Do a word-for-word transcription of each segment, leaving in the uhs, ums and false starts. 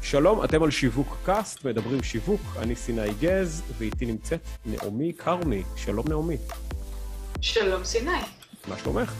שלום, אתם על שיווק קאסט, מדברים שיווק, אני סיני גז, ואיתי נמצאת נעמי כרמי. שלום נעמי. שלום סיני. מה שלומך?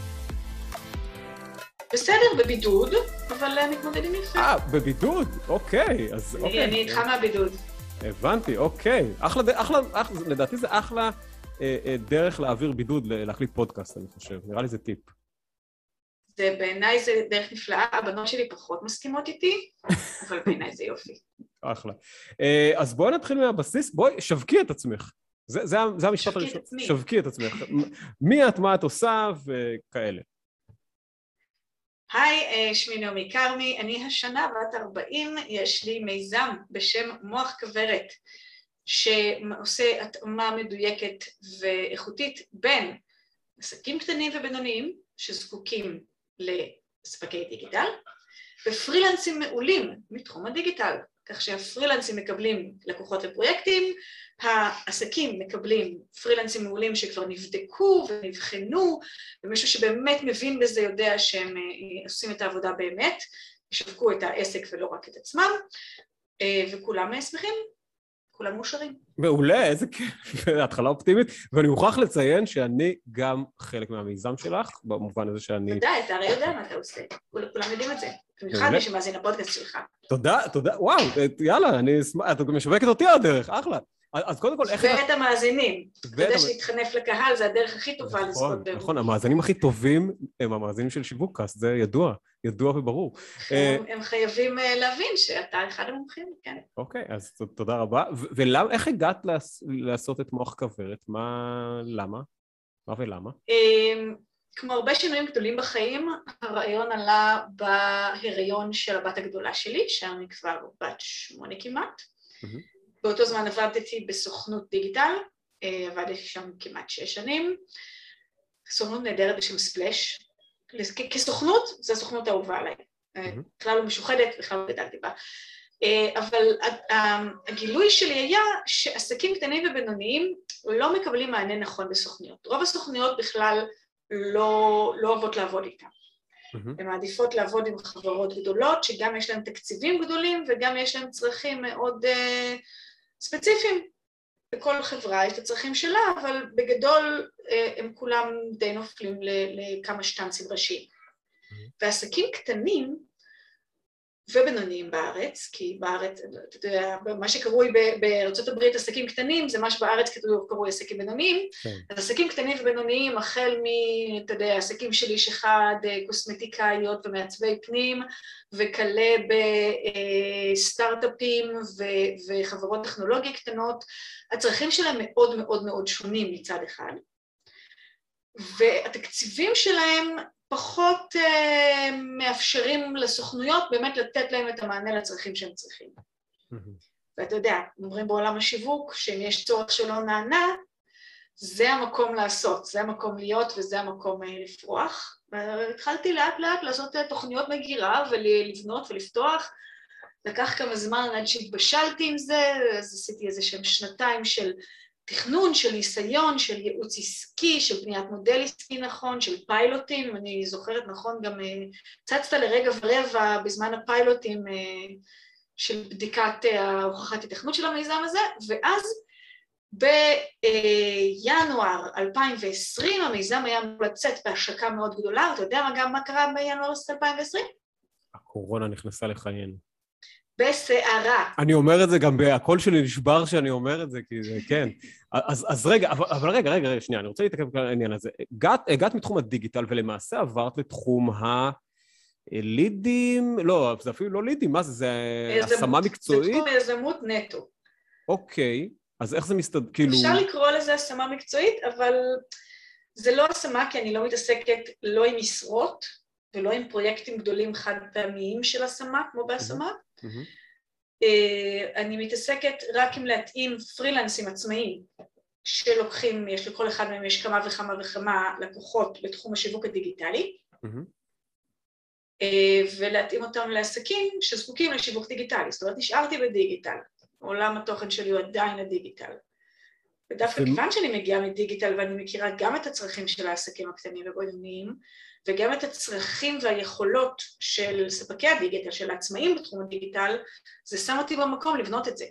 בסדר, בבידוד, אבל מתמודדים יפה. אה, בבידוד? אוקיי, אז אני, אוקיי. אני איתך מהבידוד. הבנתי, אוקיי. אחלה, אחלה, אחלה, לדעתי זה אחלה אה, אה, דרך להעביר בידוד, להקליט פודקאסט, אני חושב. נראה לי זה טיפ. זה בעיניי זה דרך נפלאה, הבנות שלי פחות מסכימות איתי, אבל בעיניי זה יופי. אחלה. אז בואי נתחיל מהבסיס, בואי, שווקי את עצמך. זה, זה, זה המשפט הראשון. שווקי את עצמי. שווקי את עצמך. מי את, מה את עושה וכאלה. היי, שמי נעמי כרמי, אני השנה בת ארבעים, יש לי מיזם בשם מוח כוורת, שעושה התאמה מדויקת ואיכותית בין עסקים קטנים ובינוניים, שזקוקים לספקי דיגיטל, ופרילנסים מעולים מתחום הדיגיטל, כך שהפרילנסים מקבלים לקוחות לפרויקטים, העסקים מקבלים פרילנסים מעולים שכבר נבדקו ונבחנו, ומישהו שבאמת מבין בזה יודע שהם עושים את העבודה באמת, ישווקו את העסק ולא רק את עצמם, וכולם שמחים. כולם מאושרים. מעולה, איזה כיף, התחלה אופטימית, ואני מוכרח לציין שאני גם חלק מהמיזם שלך, במובן הזה שאני... תודה, אתה הרי יודע מה אתה עושה, כולם יודעים את זה, במיוחד מי שמאזין לפודקאסט שלך. תודה, תודה, וואו, יאללה, אני אשמח, את משווקת אותי על הדרך, אחלה. אז קודם כל, איך... ואת המאזינים, אתה יודע שהתחנף לקהל, זה הדרך הכי טובה לזכות בהם. נכון, המאזינים הכי טובים הם המאזינים של שיווק קאסט, זה ידוע, ידוע וברור. הם חייבים להבין שאתה אחד המומחים, כן. אוקיי, אז תודה רבה. ולמה, איך הגעת לעשות את מוח כוורת? מה, למה? מה ולמה? כמו הרבה שינויים גדולים בחיים, הרעיון עלה בהיריון של הבת הגדולה שלי, שאני כבר בת שמונה כמעט. באותו זמן עבדתי בסוכנות דיגיטל, עבדתי שם כמעט שש שנים, סוכנות נהדרת בשם ספלש, כסוכנות, זו הסוכנות האהובה עליי, בכלל לא משוחדת, בכלל לא גדלתי בה, אבל הגילוי שלי היה שעסקים קטנים ובינוניים לא מקבלים מענה נכון בסוכניות, רוב הסוכניות בכלל לא, לא אוהבות לעבוד איתן, הן מעדיפות לעבוד עם חברות גדולות שגם יש להן תקציבים גדולים וגם יש להן צרכים מאוד ספציפיים. בכל חברה יש את הצרכים שלה, אבל בגדול הם כולם די נופלים לכמה שטנצים ראשיים. ועסקים קטנים ובינוניים בארץ, כי בארץ, אתה יודע, מה שקרוי בארצות הברית עסקים קטנים, זה מה שבארץ קרוי עסקים בינוניים, אז עסקים קטנים ובינוניים, החל מ, אתה יודע, עסקים של איש אחד, קוסמטיקאיות ומעצבי פנים, וכלה בסטארט-אפים וחברות טכנולוגיה קטנות, הצרכים שלהם מאוד מאוד מאוד שונים מצד אחד, והתקציבים שלהם פחות uh, מאפשרים לסוכנויות באמת לתת להם את המענה לצרכים שהם צריכים. ואתה יודע, אומרים בעולם השיווק, שאם יש צורך שלא נענה, זה המקום לעשות, זה המקום להיות וזה המקום uh, לפרוח. והתחלתי לאט לאט לעשות uh, תוכניות מגירה ולבנות ולפתוח, לקח כמה זמן עד שהתבשלתי עם זה, אז עשיתי איזה שהם שנתיים של תכנון, של ניסיון, של ייעוץ עסקי, של בניית מודל עסקי נכון, של פיילוטים, אני זוכרת נכון, גם צצת לרגע ורבע בזמן הפיילוטים של בדיקת ההוכחת התכנות של המיזם הזה, ואז בינואר אלפיים ועשרים המיזם היה אמור לצאת בהשקה מאוד גדולה, אתה יודע גם מה קרה בינואר אלפיים ועשרים? הקורונה נכנסה לחיינו. בסערה. אני אומר את זה גם, הקול שלי נשבר שאני אומר את זה, כי זה, כן. אז, אז רגע, אבל, אבל רגע, רגע, רגע, שנייה, אני רוצה להתעכב על העניין הזה. הגעת, הגעת מתחום הדיגיטל, ולמעשה עברת לתחום הלידים, לא, זה אפילו לא לידים, מה זה, זה השמה מקצועית? זה תחום יזמות נטו. אוקיי, אז איך זה מסתד... כאילו... אפשר לקרוא לזה השמה מקצועית, אבל זה לא השמה, כי אני לא מתעסקת לא עם משרות, ולא עם פרויקטים גדולים חד פעמיים של השמה, כמו בהשמה. אני מתעסקת רק עם להתאים פרילנסים עצמאיים, שלוקחים, יש לכל אחד מהם יש כמה וכמה וכמה לקוחות בתחום השיווק הדיגיטלי, ולהתאים אותם לעסקים שזקוקים לשיווק דיגיטלי. זאת אומרת, נשארתי בדיגיטל, עולם התוכן שלי הוא עדיין הדיגיטל. ודווקא כיוון שאני מגיעה מדיגיטל ואני מכירה גם את הצרכים של העסקים הקטנים ובינוניים, וגם את הצרכים והיכולות של ספקי הדיגיטל, של העצמאים בתחום הדיגיטל, זה שם אותי במקום לבנות את זה.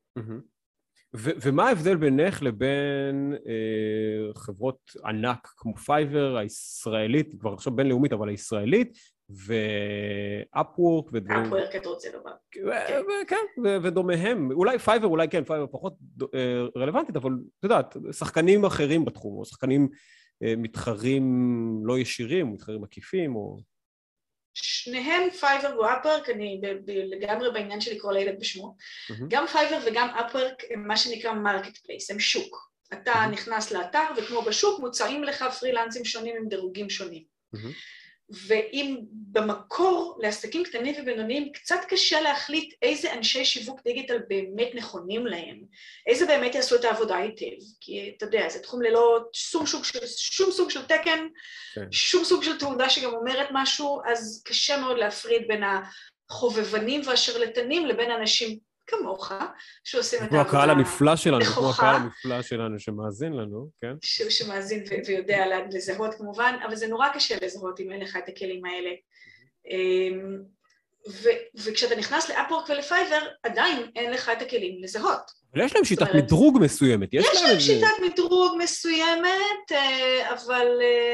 ומה ההבדל בינך לבין חברות ענק כמו פייבר, הישראלית, כבר עכשיו בינלאומית, אבל הישראלית, ו-Upwork ודברים... Upwork, אתה רוצה לומר. כן, ודומיהם. אולי פייבר, אולי כן, פייבר פחות רלוונטית, אבל אתה יודעת, שחקנים אחרים בתחום, או שחקנים מתחרים לא ישירים, מתחרים עקיפים, או... שניהם פייבר ואפוורק, אני לגמרי בעניין של לקרוא לילד בשמו, גם פייבר וגם אפוורק הם מה שנקרא מרקט פלייס, הם שוק. אתה נכנס לאתר וכמו בשוק מוצאים לך פרילנסים שונים עם דירוגים שונים. ואם במקור לעסקים קטנים ובינוניים קצת קשה להחליט איזה אנשי שיווק דיגיטל באמת נכונים להם, איזה באמת יעשו את העבודה היטב, כי אתה יודע, זה תחום ללא שום סוג של, שום סוג של תקן, כן. שום סוג של תעודה שגם אומרת משהו, אז קשה מאוד להפריד בין החובבנים והשרלטנים לבין אנשים כמוך, שעושים את העבודה... כמו הקהל הנפלא שלנו, כמו הקהל הנפלא שלנו שמאזין לנו, כן? שמאזין ויודע לזהות כמובן, אבל זה נורא קשה לזהות אם אין לך את הכלים האלה. וכשאתה נכנס לאפוורק ולפייבר, עדיין אין לך את הכלים לזהות. אבל יש להם שיטת מדרוג מסוימת. יש להם שיטת מדרוג מסוימת, אבל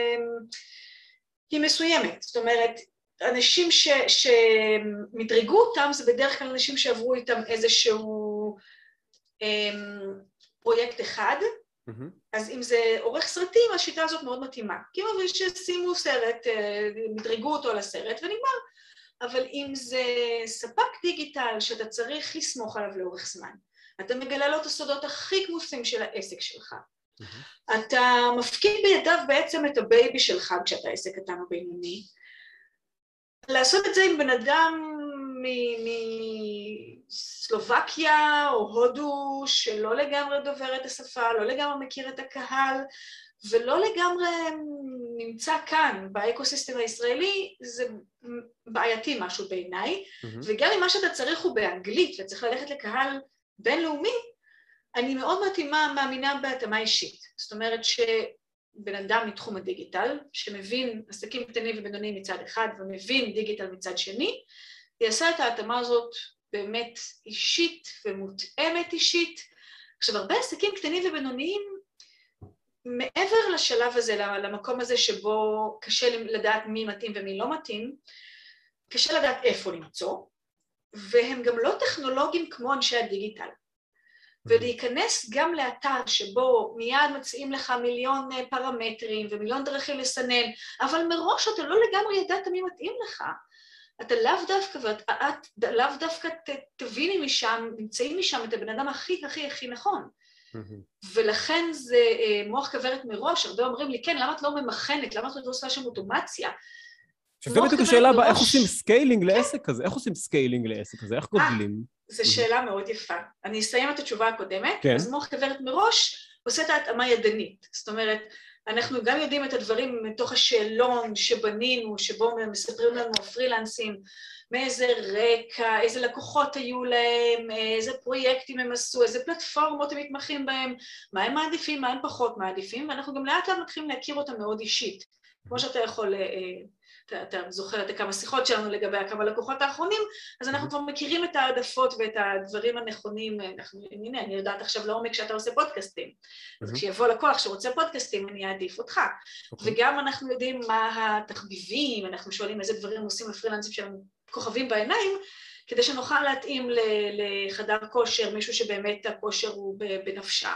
היא מסוימת. זאת אומרת, אנשים ש, שמדרגו אותם, זה בדרך כלל אנשים שעברו איתם איזשהו אמ, פרויקט אחד, mm-hmm. אז אם זה עורך סרטים, השיטה הזאת מאוד מתאימה. כאילו ששימו סרט, מדרגו אותו על הסרט ונגמר. אבל אם זה ספק דיגיטל שאתה צריך לסמוך עליו לאורך זמן, אתה מגלה לו את הסודות הכי כמוסים של העסק שלך, mm-hmm. אתה מפקיד בידיו בעצם את הבייבי שלך כשאתה עסק קטן או בינוני, לעשות את זה עם בן אדם מסלובקיה או הודו שלא לגמרי דובר את השפה, לא לגמרי מכיר את הקהל ולא לגמרי נמצא כאן באקוסיסטם הישראלי, זה בעייתי משהו בעיניי, mm-hmm. וגם אם מה שאתה צריך הוא באנגלית וצריך ללכת לקהל בינלאומי, אני מאוד מתאימה, מאמינה בהתאמה אישית. זאת אומרת ש... בן אדם מתחום הדיגיטל, שמבין עסקים קטנים ובינוניים מצד אחד, ומבין דיגיטל מצד שני, יעשה את ההתאמה הזאת באמת אישית ומותאמת אישית. עכשיו, הרבה עסקים קטנים ובינוניים, מעבר לשלב הזה, למקום הזה שבו קשה לדעת מי מתאים ומי לא מתאים, קשה לדעת איפה למצוא, והם גם לא טכנולוגיים כמו אנשי הדיגיטל. ולהיכנס גם לאתר שבו מיד מציעים לך מיליון פרמטרים ומיליון דרכים לסנן, אבל מראש אתה לא לגמרי ידעת מי מתאים לך. אתה לאו דווקא, ואת לאו דווקא תביני משם, נמצאים משם את הבן אדם הכי הכי הכי נכון. ולכן זה מוח כברת מראש, הרבה אומרים לי, כן, למה את לא ממכנת, למה את לא עושה שם אוטומציה? שזה בדיוק השאלה הבאה, איך עושים סקיילינג לעסק כזה? איך עושים סקיילינג לעסק כזה? איך גודלים? זו שאלה מאוד יפה. אני אסיים את התשובה הקודמת, אז מוח כברת מראש עושה את ההתאמה ידנית. זאת אומרת, אנחנו גם יודעים את הדברים מתוך השאלון שבנינו, שבו מספרים לנו הפרילנסים, מאיזה רקע, איזה לקוחות היו להם, איזה פרויקטים הם עשו, איזה פלטפורמות הם מתמחים בהם, מה הם מעדיפים, מה הם פחות מעדיפים, ואנחנו גם לאט לאט מתחילים להכיר אותם מאוד אישית. כמו שאתה יכול... אתה, אתה זוכר את כמה שיחות שלנו לגבי כמה לקוחות האחרונים, אז אנחנו כבר מכירים את העדפות ואת הדברים הנכונים, אנחנו, הנה, אני יודעת עכשיו לעומק שאתה עושה פודקאסטים, אז כשיבוא לקוח שרוצה פודקאסטים, אני אעדיף אותך, וגם אנחנו יודעים מה התחביבים, אנחנו שואלים איזה דברים עושים לפרילנסים שלנו כוכבים בעיניים, כדי שנוכל להתאים לחדר כושר, מישהו שבאמת הכושר הוא בנפשה.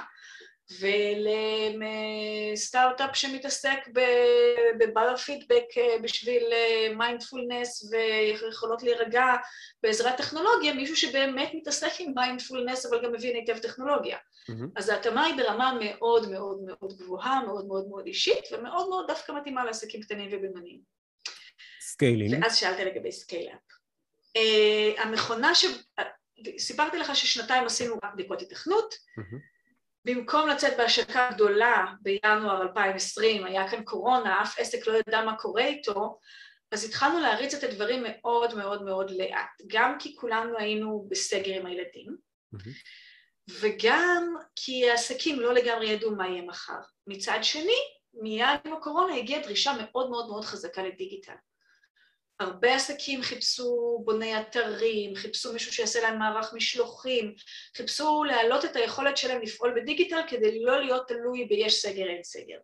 ולסטארט-אפ שמתעסק בביו-פידבק בשביל מיינדפולנס ויכולות להירגע בעזרת טכנולוגיה, מישהו שבאמת מתעסק עם מיינדפולנס אבל גם מבין היטב טכנולוגיה. אז ההתאמה היא ברמה מאוד מאוד מאוד גבוהה, מאוד מאוד מאוד אישית, ומאוד מאוד דווקא מתאימה לעסקים קטנים ובינוניים. סקיילינג. ואז שאלת לגבי סקייל-אפ. המכונה ש... סיפרתי לך ששנתיים עשינו בדיקות היתכנות, במקום לצאת בהשקה גדולה בינואר אלפיים ועשרים, היה כאן קורונה, אף עסק לא ידע מה קורה איתו, אז התחלנו להריץ את הדברים מאוד מאוד מאוד לאט, גם כי כולנו היינו בסגר עם הילדים, וגם כי העסקים לא לגמרי ידעו מה יהיה מחר. מצד שני, מיד עם הקורונה הגיעה דרישה מאוד מאוד מאוד חזקה לדיגיטל. הרבה עסקים חיפשו בוני אתרים, חיפשו מישהו שיעשה להם מערך משלוחים, חיפשו להעלות את היכולת שלהם לפעול בדיגיטל כדי לא להיות תלוי ביש סגר אין סגר.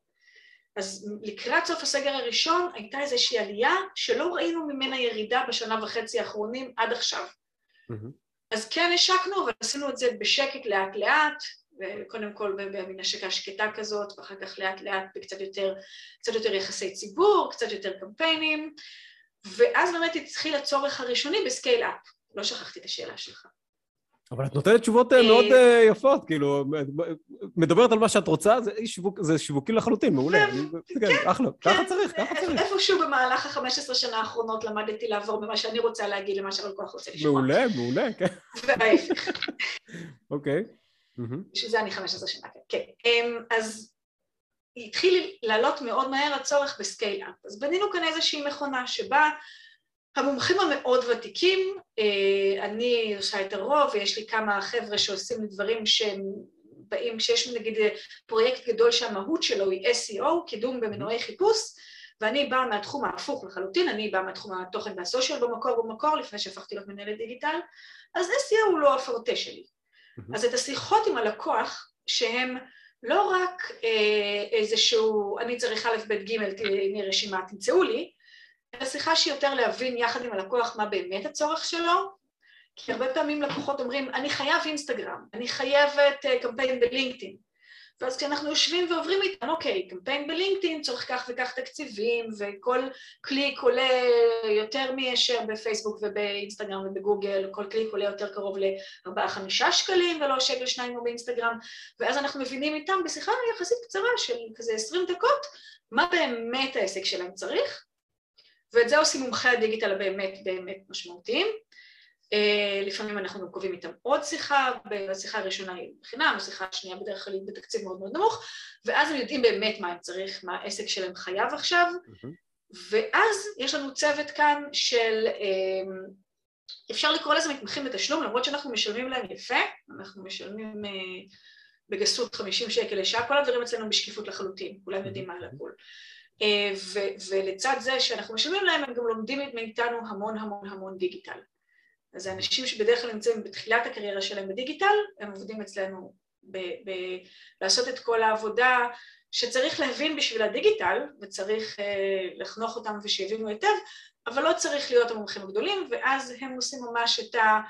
אז לקראת סוף הסגר הראשון הייתה איזושהי עלייה שלא ראינו ממנה ירידה בשנה וחצי האחרונים עד עכשיו. Mm-hmm. אז כן השקנו, אבל עשינו את זה בשקט לאט לאט, וקודם כל במין השקה שקטה כזאת, ואחר כך לאט לאט בקצת יותר, קצת יותר יחסי ציבור, קצת יותר קמפיינים, ואז באמת התחיל הצורך הראשוני בסקייל-אפ. לא שכחתי את השאלה שלך. אבל את נותנת תשובות מאוד יפות, כאילו, מדברת על מה שאת רוצה, זה שיווקים לחלוטין, מעולה. כן, אחלה, ככה צריך, ככה צריך. איפשהו במהלך ה-חמש עשרה שנה האחרונות למדתי לעבור ממה שאני רוצה להגיד למה שהלקוח רוצה לשמוע. מעולה, מעולה, כן. וההפך. אוקיי. בשביל זה אני חמש עשרה שנה, כן. אז התחיל לעלות מאוד מהר הצורך בסקייל-אפ. אז בנינו כאן איזושהי מכונה שבה המומחים המאוד ותיקים, אני עושה את הרוב, ויש לי כמה חבר'ה שעושים דברים שהם באים, כשיש נגיד פרויקט גדול שהמהות שלו היא אס אי או, קידום במנועי חיפוש, ואני באה מהתחום ההפוך לחלוטין, אני באה מהתחום התוכן והסושיאל במקור במקור, לפני שהפכתי להיות מנהלת דיגיטל, אז אס אי או הוא לא הפורטה שלי. אז את השיחות עם הלקוח, שהם לא רק איזשהו, אני צריך א' ב' ג' תהיה רשימה, תמצאו לי, השיחה שהיא יותר להבין יחד עם הלקוח מה באמת הצורך שלו, כי הרבה פעמים לקוחות אומרים, אני חייב אינסטגרם, אני חייבת קמפיין בלינקדאין, ואז כשאנחנו יושבים ועוברים איתם, אוקיי, קמפיין בלינקדאין צריך כך וכך תקציבים, וכל קליק עולה יותר מישר בפייסבוק ובאינסטגרם ובגוגל, כל קליק עולה יותר קרוב לארבעה חמישה שקלים, ולא שקל שניים כמו באינסטגרם, ואז אנחנו מבינים איתם בשיחה יחסית קצרה של כזה עשרים דקות, מה באמת העסק שלהם צריך, ואת זה עושים מומחי הדיגיטל הבאמת באמת משמעותיים. לפעמים אנחנו גם קובעים איתם עוד שיחה, בשיחה הראשונה היא בחינם, השיחה השנייה בדרך כלל היא בתקציב מאוד מאוד נמוך, ואז הם יודעים באמת מה הם צריך, מה העסק שלהם חייב עכשיו, ואז יש לנו צוות כאן של, אפשר לקרוא לזה מתמחים בתשלום, למרות שאנחנו משלמים להם יפה, אנחנו משלמים בגסות חמישים שקל לשעה, כל הדברים אצלנו בשקיפות לחלוטין, כולם יודעים מה להכל. ולצד זה שאנחנו משלמים להם, הם גם לומדים מאיתנו המון המון המון דיגיטל. אז האנשים שבדרך כלל נמצאים בתחילת הקריירה שלהם בדיגיטל, הם עובדים אצלנו לעשות את כל העבודה שצריך להבין בשביל הדיגיטל, וצריך לחנוך אותם ושיבינו היטב, אבל לא צריך להיות המומחים הגדולים, ואז הם עושים ממש את ה...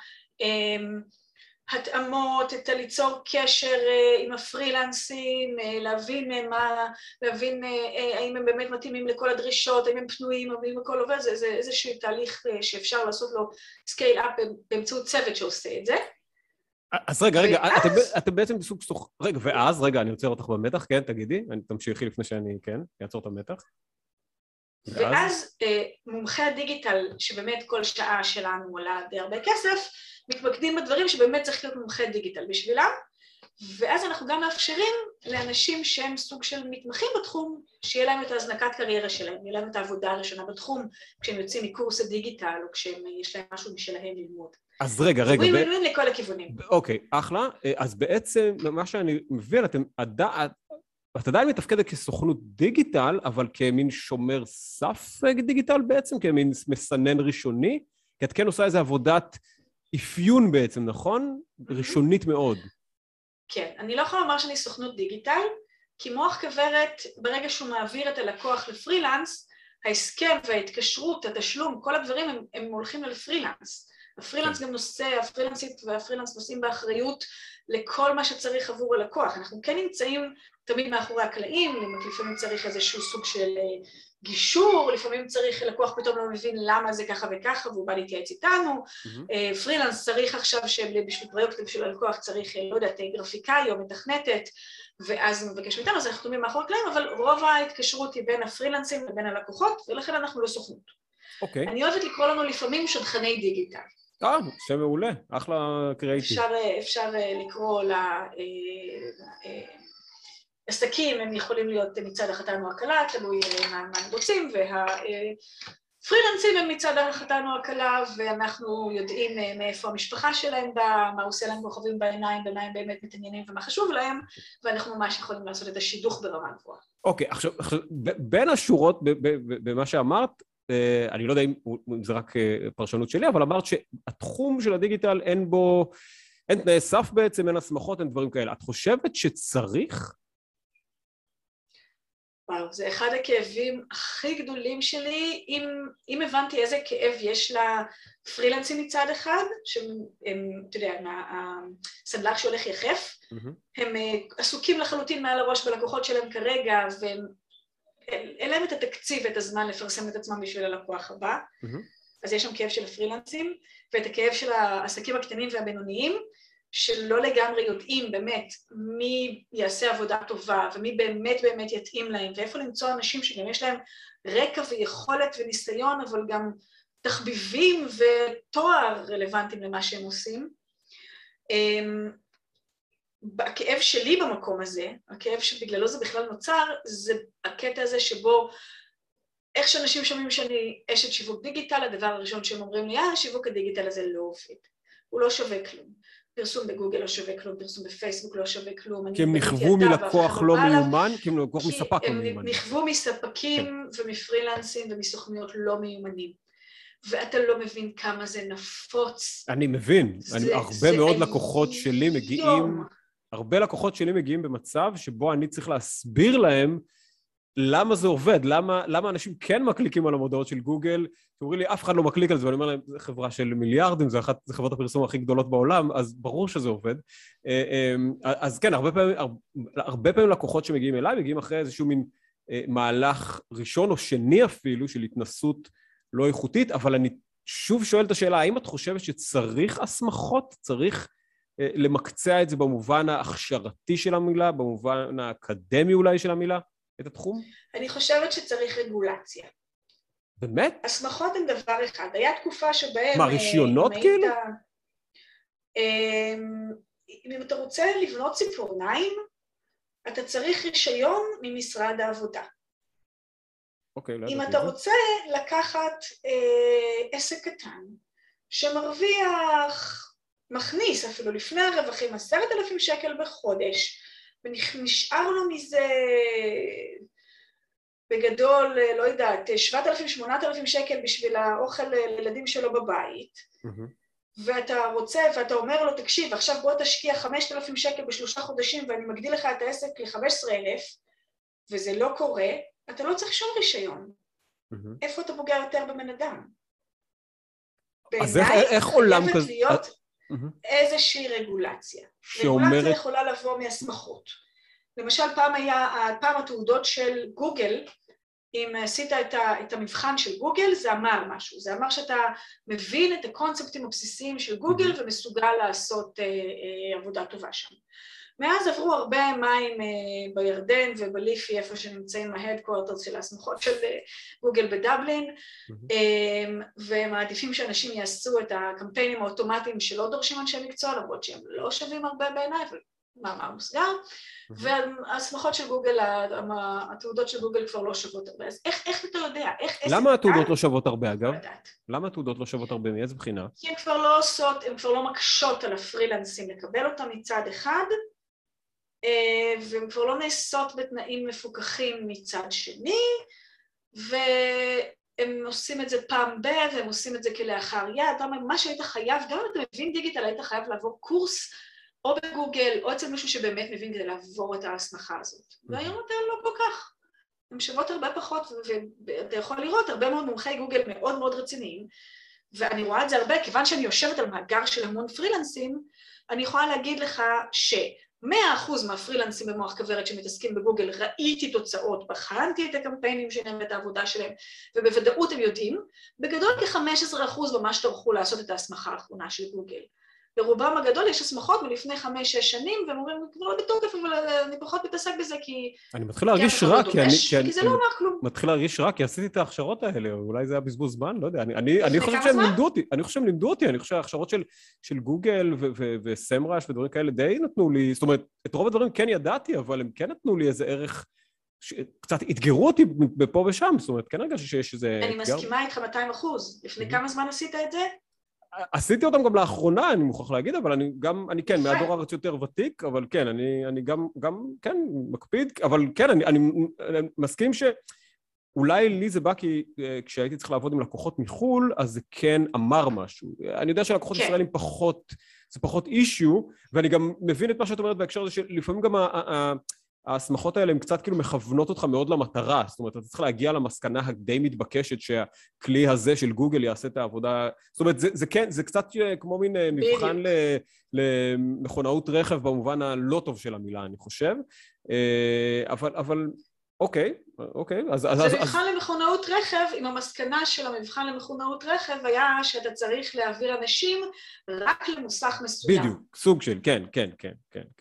התאמות, את ליצור קשר עם הפרילנסים, להבין מה, להבין האם הם באמת מתאימים לכל הדרישות, האם הם פנויים, האם הכל עובד, זה, זה איזשהו תהליך שאפשר לעשות לו סקייל-אפ באמצעות צוות שעושה את זה. אז רגע, רגע, אתם, אתם בעצם בסוג סוך... רגע, ואז, רגע, אני עוצר אותך במתח, כן, תגידי, אני תמשיכי לפני שאני, כן, אעצור את המתח. ואז מומחי הדיגיטל, שבאמת כל שעה שלנו עולה די הרבה כסף, מתמקדים בדברים שבאמת צריך להיות מומחי דיגיטל בשבילם, ואז אנחנו גם מאפשרים לאנשים שהם סוג של מתמחים בתחום, שיהיה להם את ההזנקת קריירה שלהם, יהיה להם את העבודה הראשונה בתחום, כשהם יוצאים מקורס הדיגיטל, או כשיש להם משהו משלהם ללמוד. אז רגע, רגע. ווין ווין ווין לכל הכיוונים. אוקיי, אחלה. אז בעצם, מה שאני מבין, אתם עדיין, את עדיין מתפקדת כסוכנות דיגיטל, אבל כמין שומר סף דיגיטל בעצם, כמין מסנן ראשוני, כי את כן עושה איזו עבודת אפיון בעצם, נכון? ראשונית מאוד. כן, אני לא יכולה לומר שאני סוכנות דיגיטל, כי מוח כברת, ברגע שהוא מעביר את הלקוח לפרילנס, ההסכם וההתקשרות, התשלום, כל הדברים הם, הם הולכים לפרילנס. הפרילנס גם נושא, הפרילנסית והפרילנס נושאים באחריות לכל מה שצריך עבור הלקוח. אנחנו כן נמצאים תמיד מאחורי הקלעים, לפעמים צריך איזשהו סוג של גישור, לפעמים צריך, לקוח פתאום לא מבין למה זה ככה וככה, והוא בא להתייעץ איתנו. Mm-hmm. פרילנס צריך עכשיו שבשביל פרויקט בשביל הלקוח צריך, לא יודעת, גרפיקאי או מתכנתת, ואז הוא מבקש מאיתנו, אז אנחנו תמיד מאחורי הקלעים, אבל רוב ההתקשרות היא בין הפרילנסים ובין הלקוחות, ולכן אנחנו לא סוכנות. אוקיי. אני אוהבת לקרוא לנו לפעמים שדכני דיגיטל. אה, שם מעולה, אחלה קריאיטיב. אפשר, אפשר לקרוא ל... עסקים, הם יכולים להיות מצד החתן או הקלה, תלוי מה הם רוצים, פרילנסים הם מצד החתן או הכלה, ואנחנו יודעים מאיפה המשפחה שלהם באה, מה עושה להם כוכבים בעיניים, במה הם באמת מתעניינים ומה חשוב להם, ואנחנו ממש יכולים לעשות את השידוך ברמה גבוהה. אוקיי, עכשיו, בין השורות במה שאמרת, אני לא יודע אם זה רק פרשנות שלי, אבל אמרת שהתחום של הדיגיטל אין בו, אין תנאי סף בעצם, אין הסמכות, אין דברים כאלה. את חושבת שצריך? וואו, זה אחד הכאבים הכי גדולים שלי, אם, אם הבנתי איזה כאב יש לפרילנסים מצד אחד, שהם, אתה יודע, הסנדלק שהולך יחף, mm-hmm. הם עסוקים לחלוטין מעל הראש בלקוחות שלהם כרגע, ואין להם את התקציב ואת הזמן לפרסם את עצמם בשביל הלקוח הבא, mm-hmm. אז יש שם כאב של הפרילנסים, ואת הכאב של העסקים הקטנים והבינוניים, שלא לגמרי יודעים באמת מי יעשה עבודה טובה ומי באמת באמת יתאים להם ואיפה למצוא אנשים שגם יש להם רקע ויכולת וניסיון אבל גם תחביבים ותואר רלוונטיים למה שהם עושים. הכאב שלי במקום הזה, הכאב שבגללו זה בכלל נוצר, זה הקטע הזה שבו איך שאנשים שומעים שאני אשת שיווק דיגיטל, הדבר הראשון שהם אומרים לי, אה, שיווק הדיגיטל הזה לא עובד, הוא לא שווה כלום. פרסום בגוגל לא שווה כלום, פרסום בפייסבוק לא שווה כלום. כי הם נכוו מלקוח לא מיומן, כי הם לקוח מספק לא מיומן. הם נכוו מספקים ומפרילנסים ומסוכניות לא מיומנים. ואתה לא מבין כמה זה נפוץ. אני מבין. הרבה מאוד לקוחות שלי מגיעים, הרבה לקוחות שלי מגיעים במצב שבו אני צריך להסביר להם למה זה עובד, למה, למה אנשים כן מקליקים על המודעות של גוגל, שאומרים לי, אף אחד לא מקליק על זה, ואני אומר להם, זו חברה של מיליארדים, זו אחת, זו חברת הפרסום הכי גדולות בעולם, אז ברור שזה עובד. אז כן, הרבה פעמים, הרבה פעמים לקוחות שמגיעים אליי, מגיעים אחרי איזשהו מין מהלך ראשון או שני אפילו, של התנסות לא איכותית, אבל אני שוב שואל את השאלה, האם את חושבת שצריך הסמכות, צריך למקצע את זה במובן ההכשרתי של המילה, במובן האקדמי אולי של המילה? את התחום? אני חושבת שצריך רגולציה. באמת? הסמכות הן דבר אחד. היה תקופה שבהם... מה, רישיונות כאילו? אם אתה רוצה לבנות ציפורניים, אתה צריך רישיון ממשרד העבודה. אוקיי, לא אם אתה רוצה לקחת עסק קטן, שמרוויח, מכניס אפילו לפני הרווחים, עשרת אלפים שקל בחודש, ונשאר לו מזה בגדול, לא יודעת, שבעת אלפים, שמונת אלפים שקל בשביל האוכל לילדים שלו בבית, mm-hmm. ואתה רוצה, ואתה אומר לו, תקשיב, עכשיו בוא תשקיע חמשת אלפים שקל בשלושה חודשים, ואני מגדיל לך את העסק ל-חמישה עשר אלף, וזה לא קורה, אתה לא צריך שום רישיון. Mm-hmm. איפה אתה פוגע יותר בבן אדם? אז איך, איך עולם כזה... חייבת להיות... Mm-hmm. איזושהי רגולציה. שאומרת... רגולציה יכולה לבוא מהסמכות. למשל, פעם היה, פעם התעודות של גוגל, אם עשית את, ה, את המבחן של גוגל, זה אמר משהו. זה אמר שאתה מבין את הקונספטים הבסיסיים של גוגל, mm-hmm. ומסוגל לעשות אה, אה, עבודה טובה שם. מאז עברו הרבה מים אה, בירדן ובליפי, איפה שנמצאים ההדקוורטרס של ההסמכות של אה, גוגל בדבלין, mm-hmm. אה, והם מעדיפים שאנשים יעשו את הקמפיינים האוטומטיים שלא דורשים אנשי מקצוע, למרות שהם לא שווים הרבה בעיניי, אבל מה, מה מוסגר, mm-hmm. וההסמכות של גוגל, התעודות של גוגל כבר לא שוות הרבה, אז איך, איך אתה יודע? איך, למה התעודות לא שוות הרבה אגב? למה התעודות לא שוות הרבה? מאיזה בחינה? כי הן כבר לא עושות, הן כבר לא מקשות על הפרילנסים לקבל אותם מצד אחד, והן כבר לא נעשות בתנאים מפוקחים מצד שני, והם עושים את זה פעם ב, והם עושים את זה כלאחר יד, מה שהיית חייב, גם אם אתה מבין דיגיטל, היית חייב לעבור קורס, או בגוגל, או אצל מישהו שבאמת מבין כדי לעבור את ההסמכה הזאת. והיום אתה לא כל כך. הן שוות הרבה פחות, ואתה יכול לראות הרבה מאוד מומחי גוגל מאוד מאוד רציניים, ואני רואה את זה הרבה, כיוון שאני יושבת על מאגר של המון פרילנסים, אני יכולה להגיד לך ש... מאה אחוז מהפרילנסים במוח כברת שמתעסקים בגוגל, ראיתי תוצאות, בחנתי את הקמפיינים שלהם ואת העבודה שלהם, ובוודאות הם יודעים, בגדול כ-חמישה עשר אחוז ממש טרחו לעשות את ההסמכה האחרונה של גוגל. ברובם הגדול יש הסמכות מלפני חמש, שש שנים, והם אומרים, כבר לא בתוקף, אבל אני פחות מתעסק בזה כי... אני מתחיל להרגיש רע, כי אני... כי זה לא אומר כלום. מתחיל להרגיש רע, כי עשיתי את ההכשרות האלה, אולי זה היה בזבוז זמן, לא יודע. אני חושב שהם לימדו אותי, אני חושב שהם לימדו אותי, אני חושב שההכשרות של גוגל וסמרש ודברים כאלה די נתנו לי, זאת אומרת, את רוב הדברים כן ידעתי, אבל הם כן נתנו לי איזה ערך קצת התגרו אותי בפה ושם, זאת אומרת, כן הרגשתי שיש איזה... אני מסכימה איתך מאתיים אחוז. לפני כמה זמן עשית את זה? עשיתי אותם גם לאחרונה, אני מוכרח להגיד, אבל אני גם, אני כן, מהדור הארץ יותר ותיק, אבל כן, אני, אני גם, גם, כן, מקפיד, אבל כן, אני, אני, אני מסכים שאולי לי זה בא כי כשהייתי צריך לעבוד עם לקוחות מחול, אז זה כן אמר משהו. אני יודע שלקוחות כן. ישראלים פחות, זה פחות אישיו, ואני גם מבין את מה שאת אומרת בהקשר הזה, שלפעמים גם ה... ה ההסמכות האלה הן קצת כאילו מכוונות אותך מאוד למטרה, זאת אומרת, אתה צריך להגיע למסקנה הדי מתבקשת שהכלי הזה של גוגל יעשה את העבודה, זאת אומרת, זה, זה כן, זה קצת כמו מין מבחן למכונאות רכב במובן הלא טוב של המילה, אני חושב, אבל, אבל, אוקיי, אוקיי, אז... זה אז, מבחן אז... למכונאות רכב, עם המסקנה של המבחן למכונאות רכב היה שאתה צריך להעביר אנשים רק למוסך מסוים. בדיוק, סוג של, כן, כן, כן, כן, כן.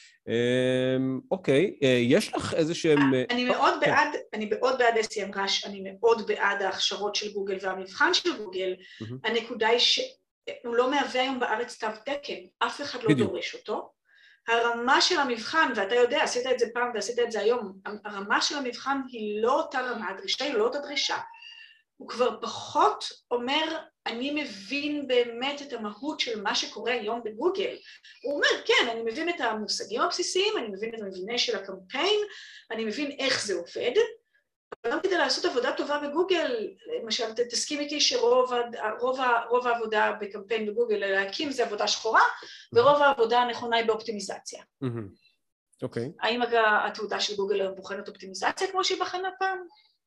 אוקיי, יש לך איזה שהם... אני מאוד בעד, אני מאוד בעד אסי אמרש, אני מאוד בעד ההכשרות של גוגל והמבחן של גוגל. הנקודה היא שהוא לא מהווה היום בארץ תו תקן, אף אחד לא דורש אותו. הרמה של המבחן, ואתה יודע, עשית את זה פעם ועשית את זה היום, הרמה של המבחן היא לא אותה רמה, הדרישה היא לא אותה דרישה. הוא כבר פחות אומר, אני מבין באמת את המהות של מה שקורה היום בגוגל. הוא אומר, כן, אני מבין את המושגים הבסיסיים, אני מבין את המבנה של הקמפיין, אני מבין איך זה עובד, אבל גם כדי לעשות עבודה טובה בגוגל, למשל, תסכים איתי שרוב רוב, רוב העבודה בקמפיין בגוגל, להקים זה עבודה שחורה, ורוב העבודה הנכונה היא באופטימיזציה. אוקיי. האם התעודה של גוגל בוחנת אופטימיזציה כמו שהיא בחנה פעם?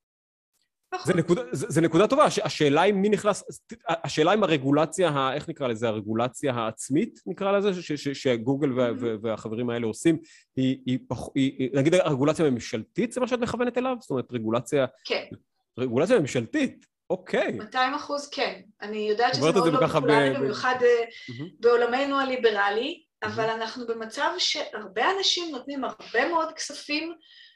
זה נקודה, זה, זה נקודה טובה, השאלה אם מי נכנס, השאלה אם הרגולציה, איך נקרא לזה, הרגולציה העצמית, נקרא לזה, ש, ש, שגוגל וה, והחברים האלה עושים, היא, היא, היא, נגיד הרגולציה הממשלתית, זה מה שאת מכוונת אליו? זאת אומרת, רגולציה, כן. רגולציה ממשלתית, אוקיי. מאתיים אחוז כן. אני יודעת שזה מאוד לא פופולרי, במיוחד בעולמנו הליברלי, אבל אנחנו במצב שהרבה אנשים נותנים הרבה מאוד כספים,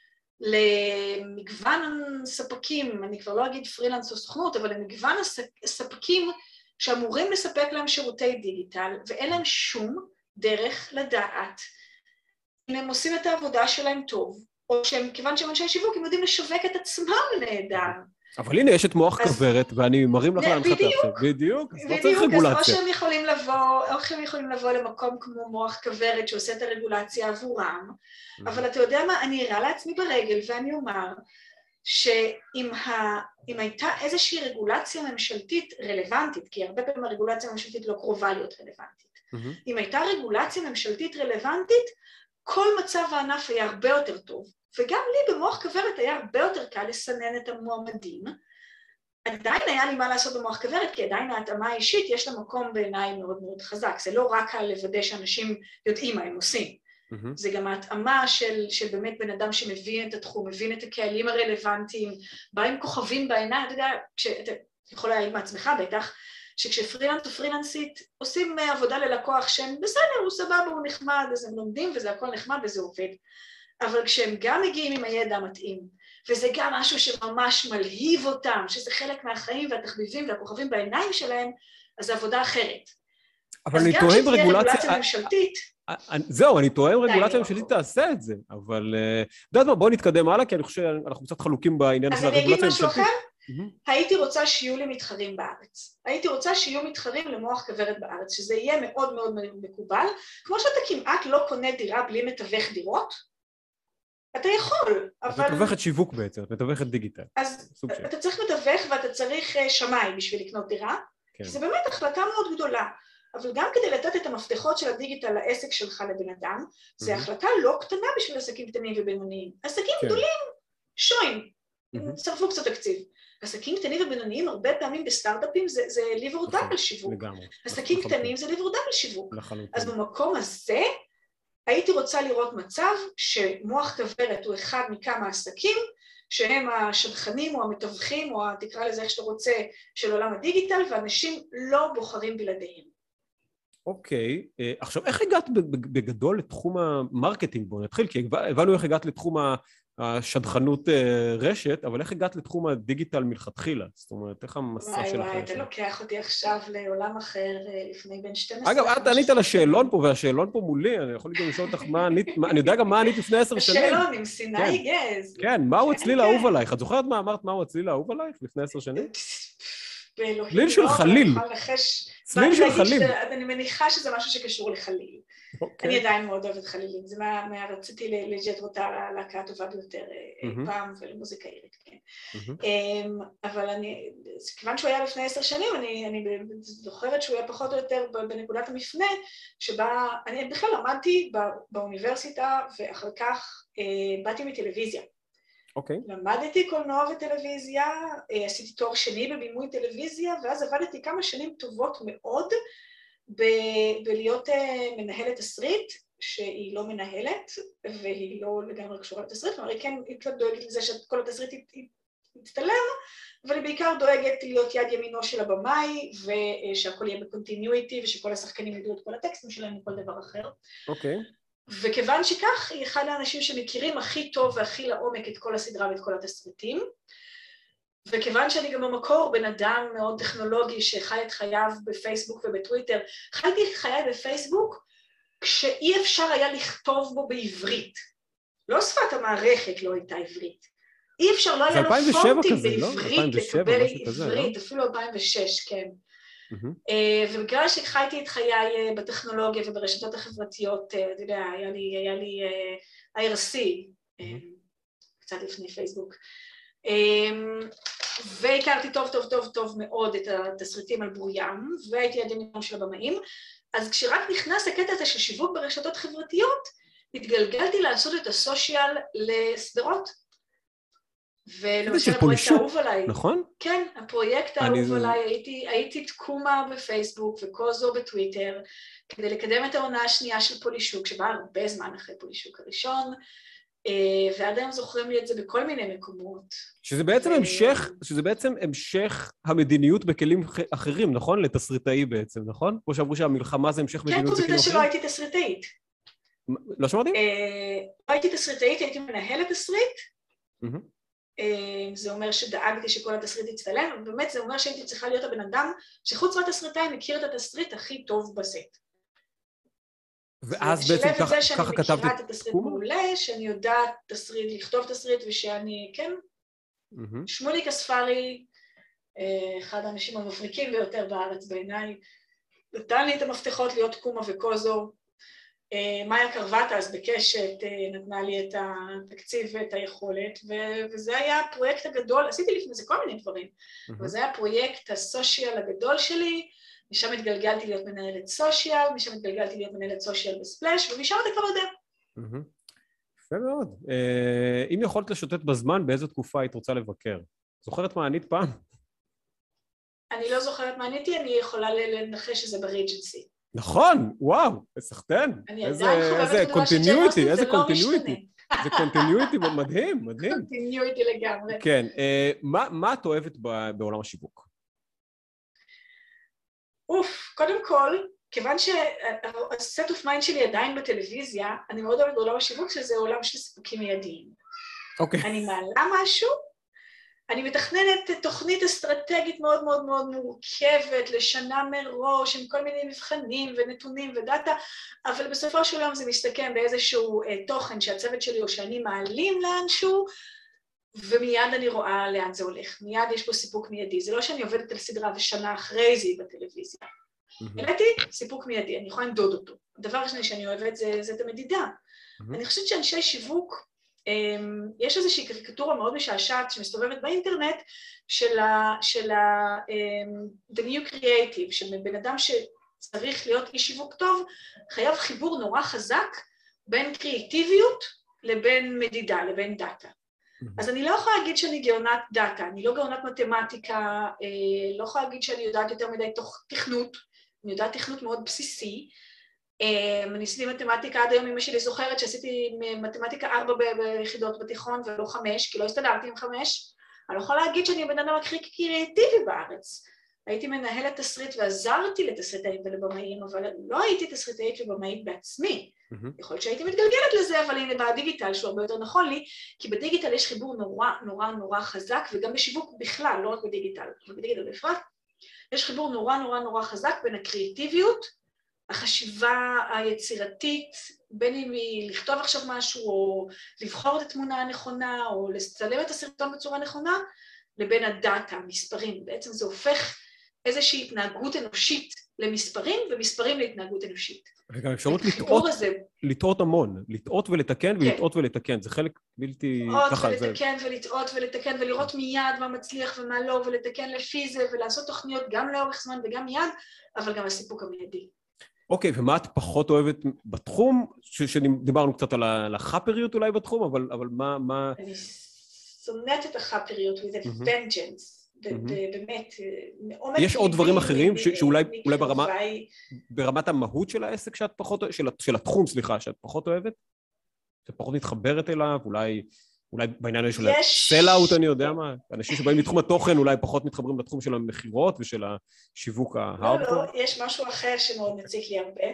למגוון ספקים, אני כבר לא אגיד פרילנס או סוכנות, אבל למגוון הספקים שאמורים לספק להם שירותי דיגיטל, ואין להם שום דרך לדעת אם הם עושים את העבודה שלהם טוב, או שהם, כיוון שהם אנשי שיווק, הם יודעים לשווק את עצמם נהדר. אבל הנה, יש את מוח כוורת, ואני מרים לך להנחתה עכשיו. בדיוק, אז לא צריך רגולציה. אז או שהם יכולים לבוא, או שהם יכולים לבוא למקום כמו מוח כוורת, שעושה את הרגולציה עבורם, אבל אתה יודע מה, אני אראה לעצמי ברגל, ואני אומר, שאם הייתה איזושהי רגולציה ממשלתית רלוונטית, כי הרבה פעמים הרגולציה הממשלתית לא קרובה להיות רלוונטית, אם הייתה רגולציה ממשלתית רלוונטית, כל מצב הענף היה הרבה יותר טוב, וגם לי במוח כוורת היה הרבה יותר קל לסנן את המועמדים. עדיין היה לי מה לעשות במוח כוורת, כי עדיין ההתאמה האישית יש לה מקום בעיניי מאוד מאוד חזק. זה לא רק על לוודא שאנשים יודעים מה הם עושים. Mm-hmm. זה גם ההתאמה של, של באמת בן אדם שמבין את התחום, מבין את הקהלים הרלוונטיים, בא עם כוכבים בעיניים, אתה יודע, כשאתה יכול להעיד מעצמך בטח, שכשפרילנס או פרילנסית עושים עבודה ללקוח שהם בסדר, הוא סבבה, הוא נחמד, אז הם לומדים וזה הכל נחמד וזה עובד. אבל כשהם גם מגיעים עם הידע המתאים, וזה גם משהו שממש מלהיב אותם, שזה חלק מהחיים והתחביבים והכוכבים בעיניים שלהם, אז זה עבודה אחרת. אבל אני טועה עם רגולציה ממשלתית... זהו, אני טועה עם רגולציה ממשלתית תעשה את זה, אבל... יודעת מה, בואו נתקדם הלאה, כי אני חושב שאנחנו קצת חלוקים בעניין של הרגולציה הממשלתית. אז אני אגיד משהו אחר, הייתי רוצה שיהיו לי מתחרים בארץ. הייתי רוצה שיהיו מתחרים למוח כוורת בארץ, שזה יהיה מאוד מאוד מקובל, כמו שאתה כמעט לא קונה דירה בלי מתווך דירות, אתה יכול, אבל... את מתווכת שיווק בעצם, את מתווכת דיגיטל. אז אתה צריך מתווך ואתה צריך שמאי בשביל לקנות דירה, זה באמת החלטה מאוד גדולה, אבל גם כדי לתת את המפתחות של הדיגיטל לעסק שלך לבן אדם, זו החלטה לא קטנה בשביל עסקים קטנים ובינוניים. עסקים גדולים, שוין, צרפו קצת תקציב. עסקים קטנים ובינוניים הרבה פעמים בסטארט-אפים זה ליבר דאבל שיווק. עסקים קטנים זה ליבר דאבל שיווק. אז במקום הזה, הייתי רוצה לראות מצב שמוח כוורת הוא אחד מכמה עסקים, שהם השדכנים או המתווכים, או תקרא לזה איך שאתה רוצה, של עולם הדיגיטל, ואנשים לא בוחרים בלעדיהם. אוקיי, עכשיו איך הגעת בגדול לתחום המרקטינג? בואו נתחיל, כי הבנו איך הגעת לתחום השדכנות רשת, אבל איך הגעת לתחום הדיגיטל מלכתחילה? זאת אומרת, איך המסע שלך? וואי וואי, אתה לוקח אותי עכשיו לעולם אחר לפני בין שתים עשרה. אגב, את ענית על השאלון פה, והשאלון פה מולי, אני יכול גם לשאול אותך מה ענית, אני יודע גם מה ענית לפני עשר שנים. השאלון עם סיני גז. כן, מהו הצליל האהוב עלייך? את זוכרת מה אמרת, מהו הצליל האהוב עלייך לפני עשר שנים? צליל של חליל. צליל של חליל. אני מניחה שזה משהו שקשור לחליל. אני עדיין מאוד אוהבת חלילים, זה מה רציתי לג'ט-רוטה להקה הטובה ביותר פעם ולמוזיקה עירית, כן. אבל אני, כיוון שהוא היה לפני עשר שנים, אני זוכרת שהוא היה פחות או יותר בנקודת המפנה, שבה אני בכלל למדתי באוניברסיטה ואחר כך באתי מטלוויזיה. אוקיי. למדתי קולנוע וטלוויזיה, עשיתי תואר שני בבימוי טלוויזיה, ואז עבדתי כמה שנים טובות מאוד, בלהיות מנהלת תסריט, שהיא לא מנהלת, והיא לא לגמרי קשורה לתסריט, כלומר, היא כן דואגת לזה שכל התסריט יצטלם, אבל היא בעיקר דואגת להיות יד ימינו של הבמאי, ושהכל יהיה בקונטיניויטי, ושכל השחקנים ידעו את כל הטקסטים שלהם וכל דבר אחר. אוקיי. וכיוון שכך, היא אחד האנשים שמכירים הכי טוב והכי לעומק את כל הסדרה ואת כל התסריטים, וכיוון שאני גם במקור בן אדם מאוד טכנולוגי שחי את חייו בפייסבוק ובטוויטר, חייתי את חיי בפייסבוק כשאי אפשר היה לכתוב בו בעברית. לא שפת המערכת לא הייתה עברית. אי אפשר, לא היה לו פונטים בעברית לקבל עברית, אפילו אלפיים ושש, כן. ובגלל שחייתי את חיי בטכנולוגיה וברשתות החברתיות, אתה יודע, היה לי איי אר סי, קצת לפני פייסבוק, והכרתי טוב טוב טוב טוב מאוד את התסריטים על ברוים, והייתי יד ימינו של הבמאים, אז כשרק נכנס הקטע הזה של שיווק ברשתות חברתיות, התגלגלתי לעשות את הסושיאל לסדרות. ולמשל הפרויקט האהוב עליי. נכון? כן, הפרויקט האהוב עליי, הייתי, הייתי תקומה בפייסבוק וקוזו בטוויטר, כדי לקדם את העונה השנייה של פולישוק, שבאה הרבה זמן אחרי פולישוק הראשון, ועד היום זוכרים לי את זה בכל מיני מקומות. שזה בעצם ו... המשך, שזה בעצם המשך המדיניות בכלים אחרים, נכון? לתסריטאי בעצם, נכון? כמו שאמרו שהמלחמה זה המשך מדיניות בכלים אחרים. כן, פשוט שלא הייתי תסריטאית. לא שמעתי? לא הייתי תסריטאית, הייתי מנהלת תסריט. זה אומר שדאגתי שכל התסריט יצטלם, ובאמת זה אומר שהייתי צריכה להיות הבן אדם שחוץ מהתסריטאי מכיר את התסריט הכי טוב בסט. ואז בעצם ככה כתבת את שאני מכירה את התסריט מעולה, שאני יודעת תסריט, לכתוב תסריט, ושאני, כן, שמוליק אספרי, אחד האנשים המבריקים ביותר בארץ בעיניי, נתן לי את המפתחות להיות קומה וקוזו, מאיה קרבטה אז בקשת נתנה לי את התקציב ואת היכולת, וזה היה הפרויקט הגדול, עשיתי לפני זה כל מיני דברים, וזה היה הפרויקט הסושיאל הגדול שלי, משם התגלגלתי להיות מנהלת סושיאל, משם התגלגלתי להיות מנהלת סושיאל בספלש, ומשם אתה כבר יודע. יפה מאוד. אם יכולת לשוטט בזמן, באיזו תקופה היית רוצה לבקר? זוכרת מה ענית פעם? אני לא זוכרת מה עניתי, אני יכולה לנחש שזה בריג'נסי. נכון, וואו, סחטן. איזה קונטיניויטי, איזה קונטיניויטי. זה קונטיניויטי מדהים, מדהים. קונטיניויטי לגמרי. כן, מה את אוהבת בעולם השיווק? אוף, קודם כל, כיוון שהסט אוף מיינד שלי עדיין בטלוויזיה, אני מאוד אוהבת בעולם השיווק שזה עולם של סיפוקים מיידיים. אוקיי. אני מעלה משהו, אני מתכננת תוכנית אסטרטגית מאוד מאוד מאוד מורכבת, לשנה מראש, עם כל מיני מבחנים ונתונים ודאטה, אבל בסופו של יום זה מסתכם באיזשהו תוכן שהצוות שלי או שאני מעלים לאנשהו, ומיד אני רואה לאן זה הולך. מיד יש פה סיפוק מיידי. זה לא שאני עובדת על סדרה ושנה אחרי זה בטלוויזיה. העליתי סיפוק מיידי, אני יכולה למדוד אותו. הדבר השני שאני אוהבת זה, זה את המדידה. אני חושבת שאנשי שיווק, יש איזושהי קריקטורה מאוד משעשעת שמסתובבת באינטרנט של ה, של ה, the new creative, שבן אדם שצריך להיות איש שיווק טוב, חייב חיבור נורא חזק בין קריאטיביות לבין מדידה, לבין דאטה. אז אני לא יכולה להגיד שאני גאונת דאטה, אני לא גאונת מתמטיקה, לא יכולה להגיד שאני יודעת יותר מדי תוך תכנות, אני יודעת תכנות מאוד בסיסי, אני עשיתי מתמטיקה עד היום, אמא שלי זוכרת שעשיתי מתמטיקה ארבע ביחידות בתיכון ולא חמש, כי לא הסתדרתי עם חמש, אני לא יכולה להגיד שאני בן אדם הכי קריאטיבי בארץ, הייתי מנהלת תסריט ועזרתי לתסריטאים ולבמאים, אבל לא הייתי תסריטאית ובמאית בעצמי, יכול להיות שהייתי מתגלגלת לזה, אבל הנה בדיגיטל שהוא הרבה יותר נכון לי, כי בדיגיטל יש חיבור נורא נורא נורא חזק, וגם בשיווק בכלל, לא רק בדיגיטל, אבל בדיגיטל בפרט, יש חיבור נורא נורא נורא חזק בין הקריאטיביות, החשיבה היצירתית, בין אם היא לכתוב עכשיו משהו, או לבחור את התמונה הנכונה, או לצלם את הסרטון בצורה נכונה, לבין הדאטה, המספרים. בעצם זה הופך איזושהי התנהגות אנושית למספרים, ומספרים להתנהגות אנושית. וגם אפשרות לטעות, לטעות המון, לטעות ולתקן, ולטעות ולתקן, זה חלק בלתי... לטעות ולתקן ולטעות ולתקן, ולראות מיד מה מצליח ומה לא, ולתקן לפי זה, ולעשות תוכניות גם לאורך זמן וגם מיד, אבל גם הסיפוק המיידי. אוקיי, ומה את פחות אוהבת בתחום? שדיברנו קצת על החאפריות אולי בתחום, אבל מה... אני שונאת את החאפריות with a vengeance. באמת, יש עוד דברים אחרים שאולי ברמת המהות של העסק שאת פחות, של התחום, סליחה, שאת פחות אוהבת? שאת פחות מתחברת אליו? אולי בעניין של סל-אאוט, אני יודע מה? אנשים שבאים מתחום התוכן אולי פחות מתחברים לתחום של המחירות ושל השיווק ההארדקור? לא, לא, יש משהו אחר שמאוד מציק לי הרבה.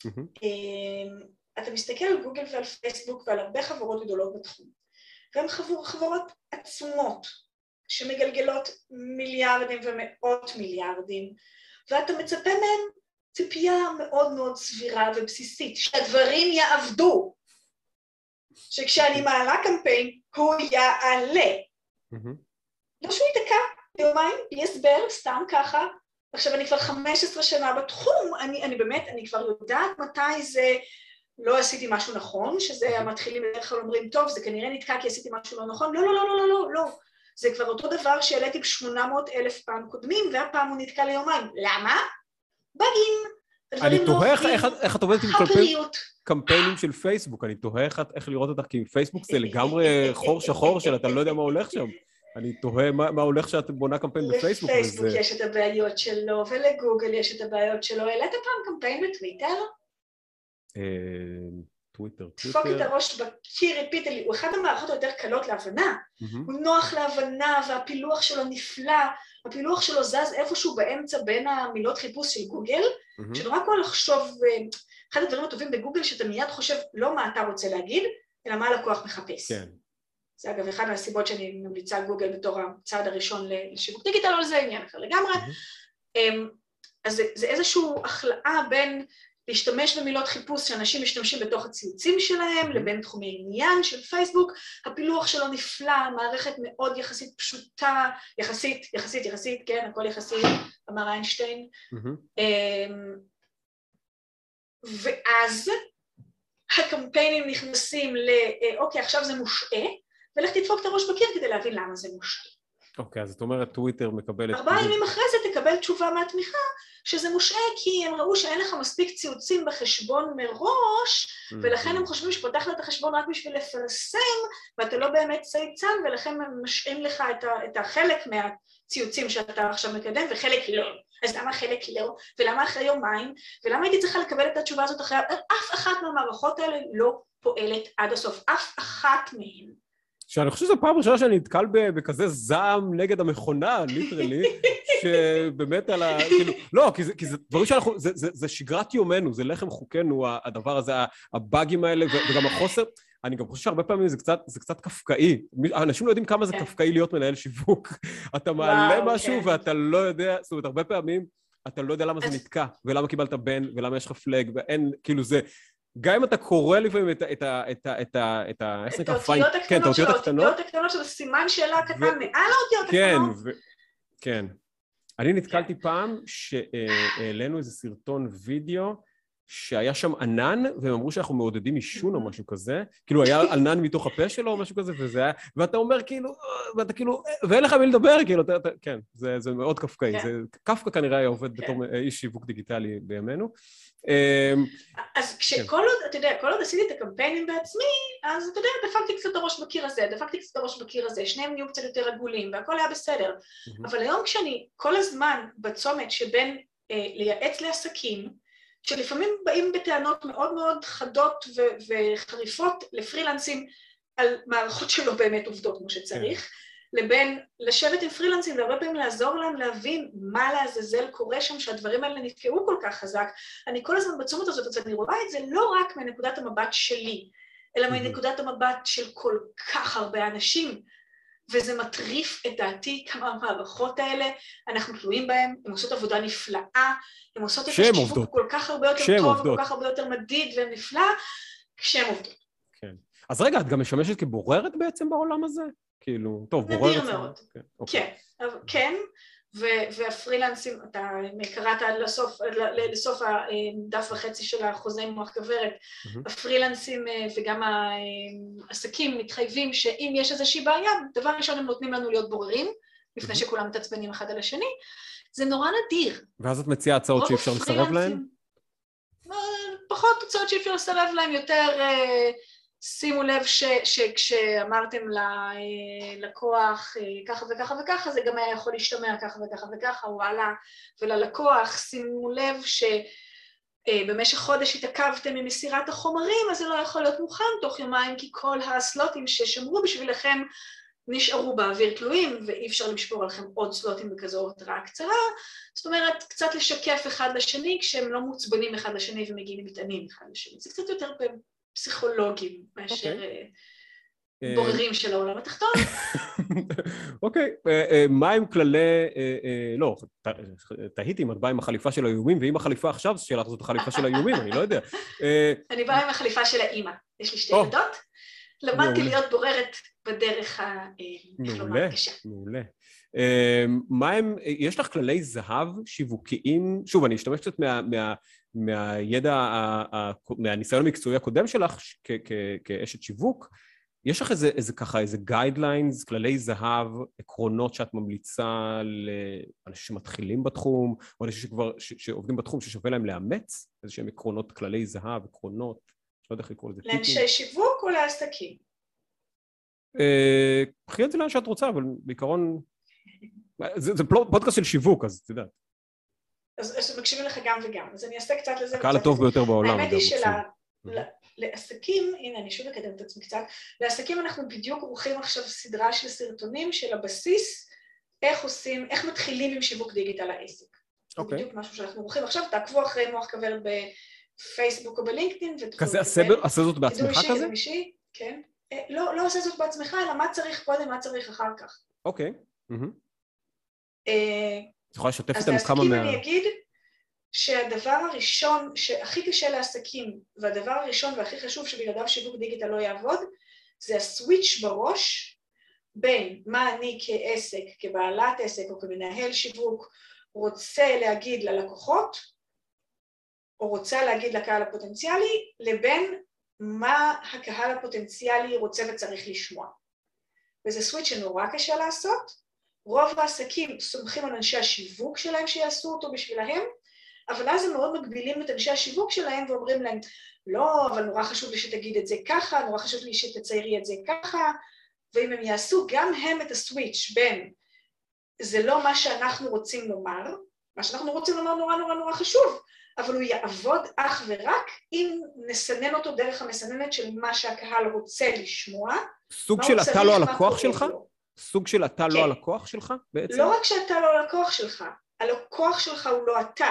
אתה מסתכל על גוגל ועל פייסבוק ועל הרבה חברות גדולות בתחום, והן חברות עצומות, שמגלגלות מיליארדים ומאות מיליארדים, ואתה מצפה מהם ציפייה מאוד מאוד סבירה ובסיסית, שהדברים יעבדו, שכשאני מעלה קמפיין, הוא יעלה. לא שהוא ייתקע ביומיים, בלי הסבר, סתם ככה. עכשיו, אני כבר חמש עשרה שנה בתחום, אני, אני באמת, אני כבר יודעת מתי זה לא עשיתי משהו נכון, שזה המתחילים בדרך כלל אומרים, טוב, זה כנראה נתקע כי עשיתי משהו לא נכון, לא, לא, לא, לא, לא, לא, לא. זה כבר אותו דבר שהעליתי ב-שמונה מאות אלף פעם קודמים, והפעם הוא נתקע ליומיים. למה? בגים. אני תוהה איך את עובדת עם קמפיינים של פייסבוק, אני תוהה איך לראות אותך, כי פייסבוק זה לגמרי חור שחור של אתה לא יודע מה הולך שם. אני תוהה מה הולך שאת בונה קמפיין בפייסבוק. לפייסבוק יש את הבעיות שלו, ולגוגל יש את הבעיות שלו. העלית פעם קמפיין בטוויטר? טוויטר, דפוק את הראש בקיר, ריפיטלי, הוא אחד המערכות היותר קלות להבנה, הוא נוח להבנה והפילוח שלו נפלא, הפילוח שלו זז איפשהו באמצע בין המילות חיפוש של גוגל, שנורא כל לחשוב, אחד הדברים הטובים בגוגל שאתה מיד חושב לא מה אתה רוצה להגיד, אלא מה הלקוח מחפש. זה אגב אחד מהסיבות שאני ממליצה על גוגל בתור הצעד הראשון לשיווק דיגיטל, אבל זה עניין אחר לגמרי. אז זה איזושהי החלאה בין להשתמש במילות חיפוש שאנשים משתמשים בתוך הציוצים שלהם, לבין תחומי עניין של פייסבוק, הפילוח שלו נפלא, מערכת מאוד יחסית פשוטה, יחסית, יחסית, יחסית, כן, הכל יחסית, אמר איינשטיין. ואז הקמפיינים נכנסים ל, אוקיי, עכשיו זה מושעה, ולך תדפוק את הראש בקיר כדי להבין למה זה מושעה. אוקיי, אז את אומרת, טוויטר מקבלת... ארבעה ימים אחרי זה תקבל תשובה מהתמיכה, שזה מושעה כי הם ראו שאין לך מספיק ציוצים בחשבון מראש, ולכן הם חושבים שפתחת את החשבון רק בשביל לפרסם, ואתה לא באמת צייצן, ולכן הם משאים לך את החלק מהציוצים שאתה עכשיו מקדם, וחלק לא. אז למה חלק לא? ולמה אחרי יומיים? ולמה הייתי צריכה לקבל את התשובה הזאת אחרי... אף אחת מהמערכות האלה לא פועלת עד הסוף. אף אחת מהן. שאני חושב שזו פעם ראשונה שאני נתקל בכזה זעם נגד המכונה, ליטרלי, שבאמת על ה... כאילו, לא, כי זה, כי זה דברים שאנחנו, זה, זה, זה שגרת יומנו, זה לחם חוקנו, הדבר הזה, הבאגים האלה, וגם החוסר, אני גם חושב שהרבה פעמים זה קצת, זה קצת קפקאי. אנשים לא יודעים כמה זה קפקאי להיות מנהל שיווק. אתה מעלה משהו ואתה לא יודע, זאת אומרת, הרבה פעמים אתה לא יודע למה זה נתקע, ולמה קיבלת בן, ולמה יש לך פלג, ואין, כאילו זה... גם אם אתה קורא לפעמים את ה... את ה... את ה... את ה... את ה... את האותיות הקטנות שלו, האותיות הקטנות שלו, סימן שאלה קטן מעל האותיות הקטנות. כן. אני נתקלתי פעם שהעלינו איזה סרטון וידאו, שהיה שם ענן, והם אמרו שאנחנו מעודדים עישון או משהו כזה, כאילו היה ענן מתוך הפה שלו או משהו כזה, וזה היה, ואתה אומר כאילו, ואתה כאילו, ואין לך מי לדבר, כאילו, כן, זה מאוד קפקאי, קפקא כנראה היה עובד בתור איש שיווק דיגיטלי בימינו. אז כשכל עוד, אתה יודע, כל עוד עשיתי את הקמפיינים בעצמי, אז אתה יודע, דפקתי קצת הראש בקיר הזה, דפקתי קצת הראש בקיר הזה, שניהם נהיו קצת יותר עגולים, והכל היה בסדר. אבל היום כשאני כל הזמן בצומת שבין לייעץ לעסקים, שלפעמים באים בטענות מאוד מאוד חדות ו- וחריפות לפרילנסים על מערכות שלא באמת עובדות כמו שצריך, לבין לשבת עם פרילנסים, והרבה פעמים לעזור להם להבין מה לעזאזל קורה שם, שהדברים האלה נתקעו כל כך חזק. אני כל הזמן בצומת הזאת, אז אני רואה את זה לא רק מנקודת המבט שלי, אלא מנקודת המבט של כל כך הרבה אנשים, וזה מטריף את דעתי כמה המערכות האלה, אנחנו תלויים בהם, הן עושות עבודה נפלאה, הן עושות את השיווק כל כך הרבה יותר טוב, וכל כך הרבה יותר מדיד ונפלא, כשהן עובדות. כן. אז רגע, את גם משמשת כבוררת בעצם בעולם הזה? כאילו, טוב, בוררת... נדיר מאוד. כן, כן, והפרילנסים, אתה קראת לסוף הדף וחצי של החוזה עם מוח גברת, הפרילנסים וגם העסקים מתחייבים שאם יש איזושהי בעיה, דבר ראשון הם נותנים לנו להיות בוררים, לפני שכולם מתעצבנים אחד על השני, זה נורא נדיר. ואז את מציעה הצעות שאי אפשר לסרב להם? פחות הצעות שאי אפשר לסרב להם, יותר... שימו לב שכשאמרתם ללקוח ככה וככה וככה, זה גם היה יכול להשתמע ככה וככה וככה, וואלה, וללקוח שימו לב שבמשך חודש התעכבתם ממסירת החומרים, אז זה לא יכול להיות מוכן תוך יומיים, כי כל הסלוטים ששמרו בשבילכם נשארו באוויר תלויים, ואי אפשר לשמור עליכם עוד סלוטים בכזו התראה קצרה, זאת אומרת, קצת לשקף אחד לשני, כשהם לא מוצבנים אחד לשני ומגיעים מטענים אחד לשני, זה קצת יותר פעמים. פסיכולוגים, מאשר בוררים של העולם התחתון. אוקיי, מה עם כללי, לא, תהיתי אם את באה עם החליפה של האיומים, ואם החליפה עכשיו שלך זאת החליפה של האיומים, אני לא יודע. אני באה עם החליפה של האימא, יש לי שתי ילדות, למדתי להיות בוררת בדרך מעולה, מעולה. מה הם, יש לך כללי זהב שיווקיים, שוב, אני אשתמש קצת מה... מהידע, מהניסיון המקצועי הקודם שלך כאשת שיווק, יש לך איזה, איזה ככה, איזה guidelines, כללי זהב, עקרונות שאת ממליצה לאנשים שמתחילים בתחום, או אנשים שכבר, שעובדים בתחום, ששווה להם לאמץ, איזה שהם עקרונות, כללי זהב, עקרונות, לא יודע איך לקרוא לזה. לאנשי שיווק או לעסקים? קחי את זה לאן שאת רוצה, אבל בעיקרון, זה פודקאסט של שיווק, אז אתה יודע. אז מקשיבים לך גם וגם, אז אני אעשה קצת לזה. הקהל הטוב ביותר בעולם. האמת היא שלעסקים, הנה אני שוב אקדם את עצמי קצת, לעסקים אנחנו בדיוק עורכים עכשיו סדרה של סרטונים של הבסיס, איך עושים, איך מתחילים עם שיווק דיגיטל לעסק. זה בדיוק משהו שאנחנו עורכים עכשיו, תעקבו אחרי מוח גברת בפייסבוק או בלינקדאין. כזה עשה זאת בעצמך כזה? כן. לא, לא עושה זאת בעצמך, אלא מה צריך קודם, מה צריך אחר כך. אוקיי. את יכולה לשתף איתנו כמה מה... אז מה... לעסקים אני אגיד שהדבר הראשון שהכי קשה לעסקים, והדבר הראשון והכי חשוב שבלעדיו שיווק דיגיטל לא יעבוד, זה הסוויץ' בראש בין מה אני כעסק, כבעלת עסק או כמנהל שיווק רוצה להגיד ללקוחות, או רוצה להגיד לקהל הפוטנציאלי, לבין מה הקהל הפוטנציאלי רוצה וצריך לשמוע. וזה סוויץ' שנורא קשה לעשות, רוב העסקים סומכים על אנשי השיווק שלהם שיעשו אותו בשבילהם, אבל אז הם מאוד מגבילים את אנשי השיווק שלהם ואומרים להם, לא, אבל נורא חשוב לי שתגיד את זה ככה, נורא חשוב לי שתציירי את זה ככה, ואם הם יעשו גם הם את הסוויץ' בין, זה לא מה שאנחנו רוצים לומר, מה שאנחנו רוצים לומר נורא נורא נורא חשוב, אבל הוא יעבוד אך ורק אם נסנן אותו דרך המסננת של מה שהקהל רוצה לשמוע. סוג של אתה לא הלקוח שלך? סוג של אתה לא הלקוח שלך בעצם? לא רק שאתה לא הלקוח שלך, הלקוח שלך הוא לא אתה.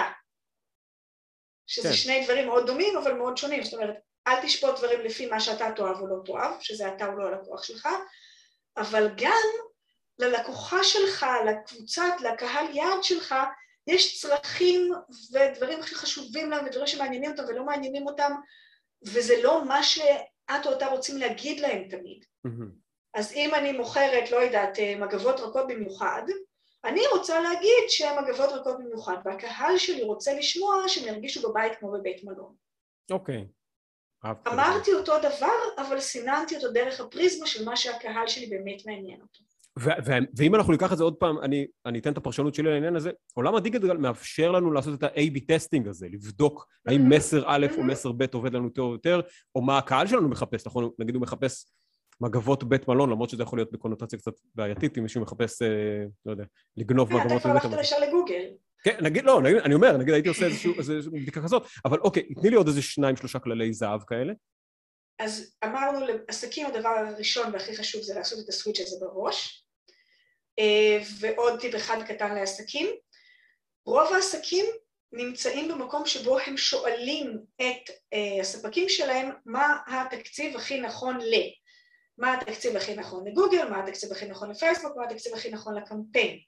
שזה שני דברים מאוד דומים אבל מאוד שונים, זאת אומרת, אל תשפוט דברים לפי מה שאתה תאהב או לא תאהב, שזה אתה הוא לא הלקוח שלך, אבל גם ללקוחה שלך, לקבוצת, לקהל יעד שלך, יש צרכים ודברים חשובים להם ודברים שמעניינים אותם ולא מעניינים אותם, וזה לא מה שאת או אתה רוצים להגיד להם תמיד. אז אם אני מוכרת, לא יודעת, מגבות רכות במיוחד, אני רוצה להגיד שהמגבות רכות במיוחד, והקהל שלי רוצה לשמוע שהם ירגישו בבית כמו בבית מלון. אוקיי. אמרתי אותו דבר, אבל סיננתי אותו דרך הפריזמה של מה שהקהל שלי באמת מעניין אותו. ואם אנחנו ניקח את זה עוד פעם, אני אתן את הפרשנות שלי לעניין הזה, עולם הדיגיטל מאפשר לנו לעשות את ה-איי בי טסטינג הזה, לבדוק האם מסר א' או מסר ב' עובד לנו יותר או יותר, או מה הקהל שלנו מחפש, נכון? נגיד הוא מחפש מגבות בית מלון, למרות שזה יכול להיות בקונוטציה קצת בעייתית, אם מישהו מחפש, לא יודע, לגנוב מגבות בית מלון. אתה כבר הלכת לשאר לגוגל. כן, נגיד, לא, אני אומר, נגיד הייתי עושה איזושהי בדיקה כזאת, אבל אוקיי, תני לי עוד איזה שניים, שלושה כללי זהב כאלה. אז אמרנו, לעסקים הדבר הראשון והכי חשוב זה לעשות את הסוויץ' הזה בראש, ועוד טיפ אחד קטן לעסקים. רוב העסקים נמצאים במקום שבו הם שואלים את הספקים שלהם מה התקציב הכי נכון ל... מה התקציב הכי נכון לגוגל, מה התקציב הכי נכון לפייסבוק, מה התקציב הכי נכון לקמפיין.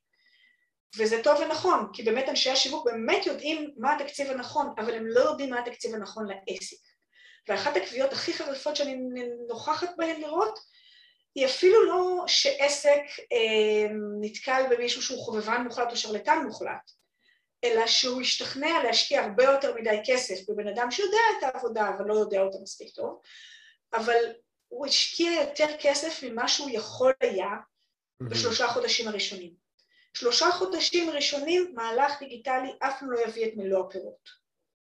וזה טוב ונכון, כי באמת אנשי השיווק באמת יודעים מה התקציב הנכון, אבל הם לא יודעים מה התקציב הנכון לעסק. ואחת הקביעות הכי חריפות שאני נוכחת בהן לראות, היא אפילו לא שעסק אה, נתקל במישהו שהוא חובבן מוחלט או שרלטן מוחלט, אלא שהוא ישתכנע להשקיע הרבה יותר מדי כסף בבן אדם שיודע את העבודה, אבל לא יודע אותה מספיק טוב, אבל הוא השקיע יותר כסף ממה שהוא יכול היה בשלושה חודשים הראשונים. שלושה חודשים ראשונים, מהלך דיגיטלי אף פעם לא יביא את מלוא הפירות.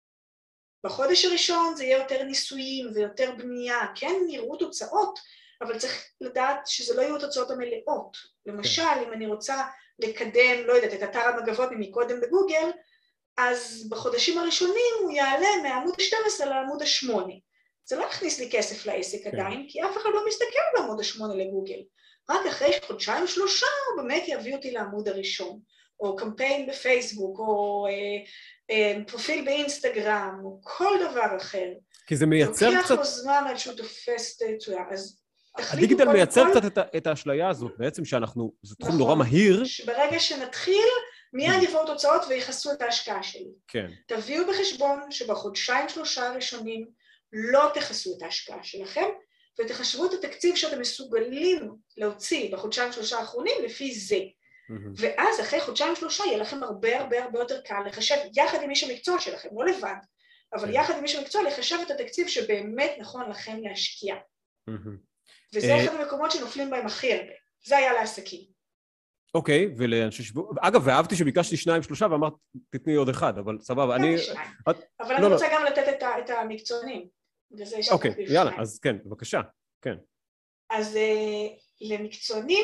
בחודש הראשון זה יהיה יותר ניסויים ויותר בנייה, כן נראו תוצאות, אבל צריך לדעת שזה לא יהיו תוצאות המלאות. למשל, אם אני רוצה לקדם, לא יודעת, את אתר המגבות ממקודם בגוגל, אז בחודשים הראשונים הוא יעלה מהעמוד ה-שתים עשרה לעמוד ה-שמונה. זה לא יכניס לי כסף לעסק עדיין, כי אף אחד לא מסתכל בעמוד ה-שמונה לגוגל. רק אחרי חודשיים שלושה הוא באמת יביא אותי לעמוד הראשון, או קמפיין בפייסבוק, או אה, אה, פרופיל באינסטגרם, או כל דבר אחר. כי זה מייצר לוקח קצת... לו זמן עד שהוא תופס את התוצאה, אז הדיגיטל מייצר כל... קצת את, את האשליה הזאת, בעצם שאנחנו, זה תחום נכון, נורא מהיר. שברגע שנתחיל, מיד יבואו תוצאות ויחסו את ההשקעה שלי. כן. תביאו בחשבון שבחודשיים שלושה הראשונים לא תחסו את ההשקעה שלכם, ותחשבו את התקציב שאתם מסוגלים להוציא בחודשיים שלושה האחרונים לפי זה. Mm-hmm. ואז אחרי חודשיים שלושה יהיה לכם הרבה הרבה הרבה יותר קל לחשב, יחד עם איש המקצוע שלכם, לא לבד, אבל יחד עם איש המקצוע לחשב את התקציב שבאמת נכון לכם להשקיע. Mm-hmm. וזה אחד המקומות שנופלים בהם הכי הרבה. זה היה לעסקים. אוקיי, ולאנשי שיווק... אגב, ואהבתי שביקשתי שניים שלושה ואמרת, תתני עוד אחד, אבל סבבה, אני... אבל אני רוצה גם לתת את המקצוענים. אוקיי, יאללה, אז כן, בבקשה, כן. אז למקצוענים,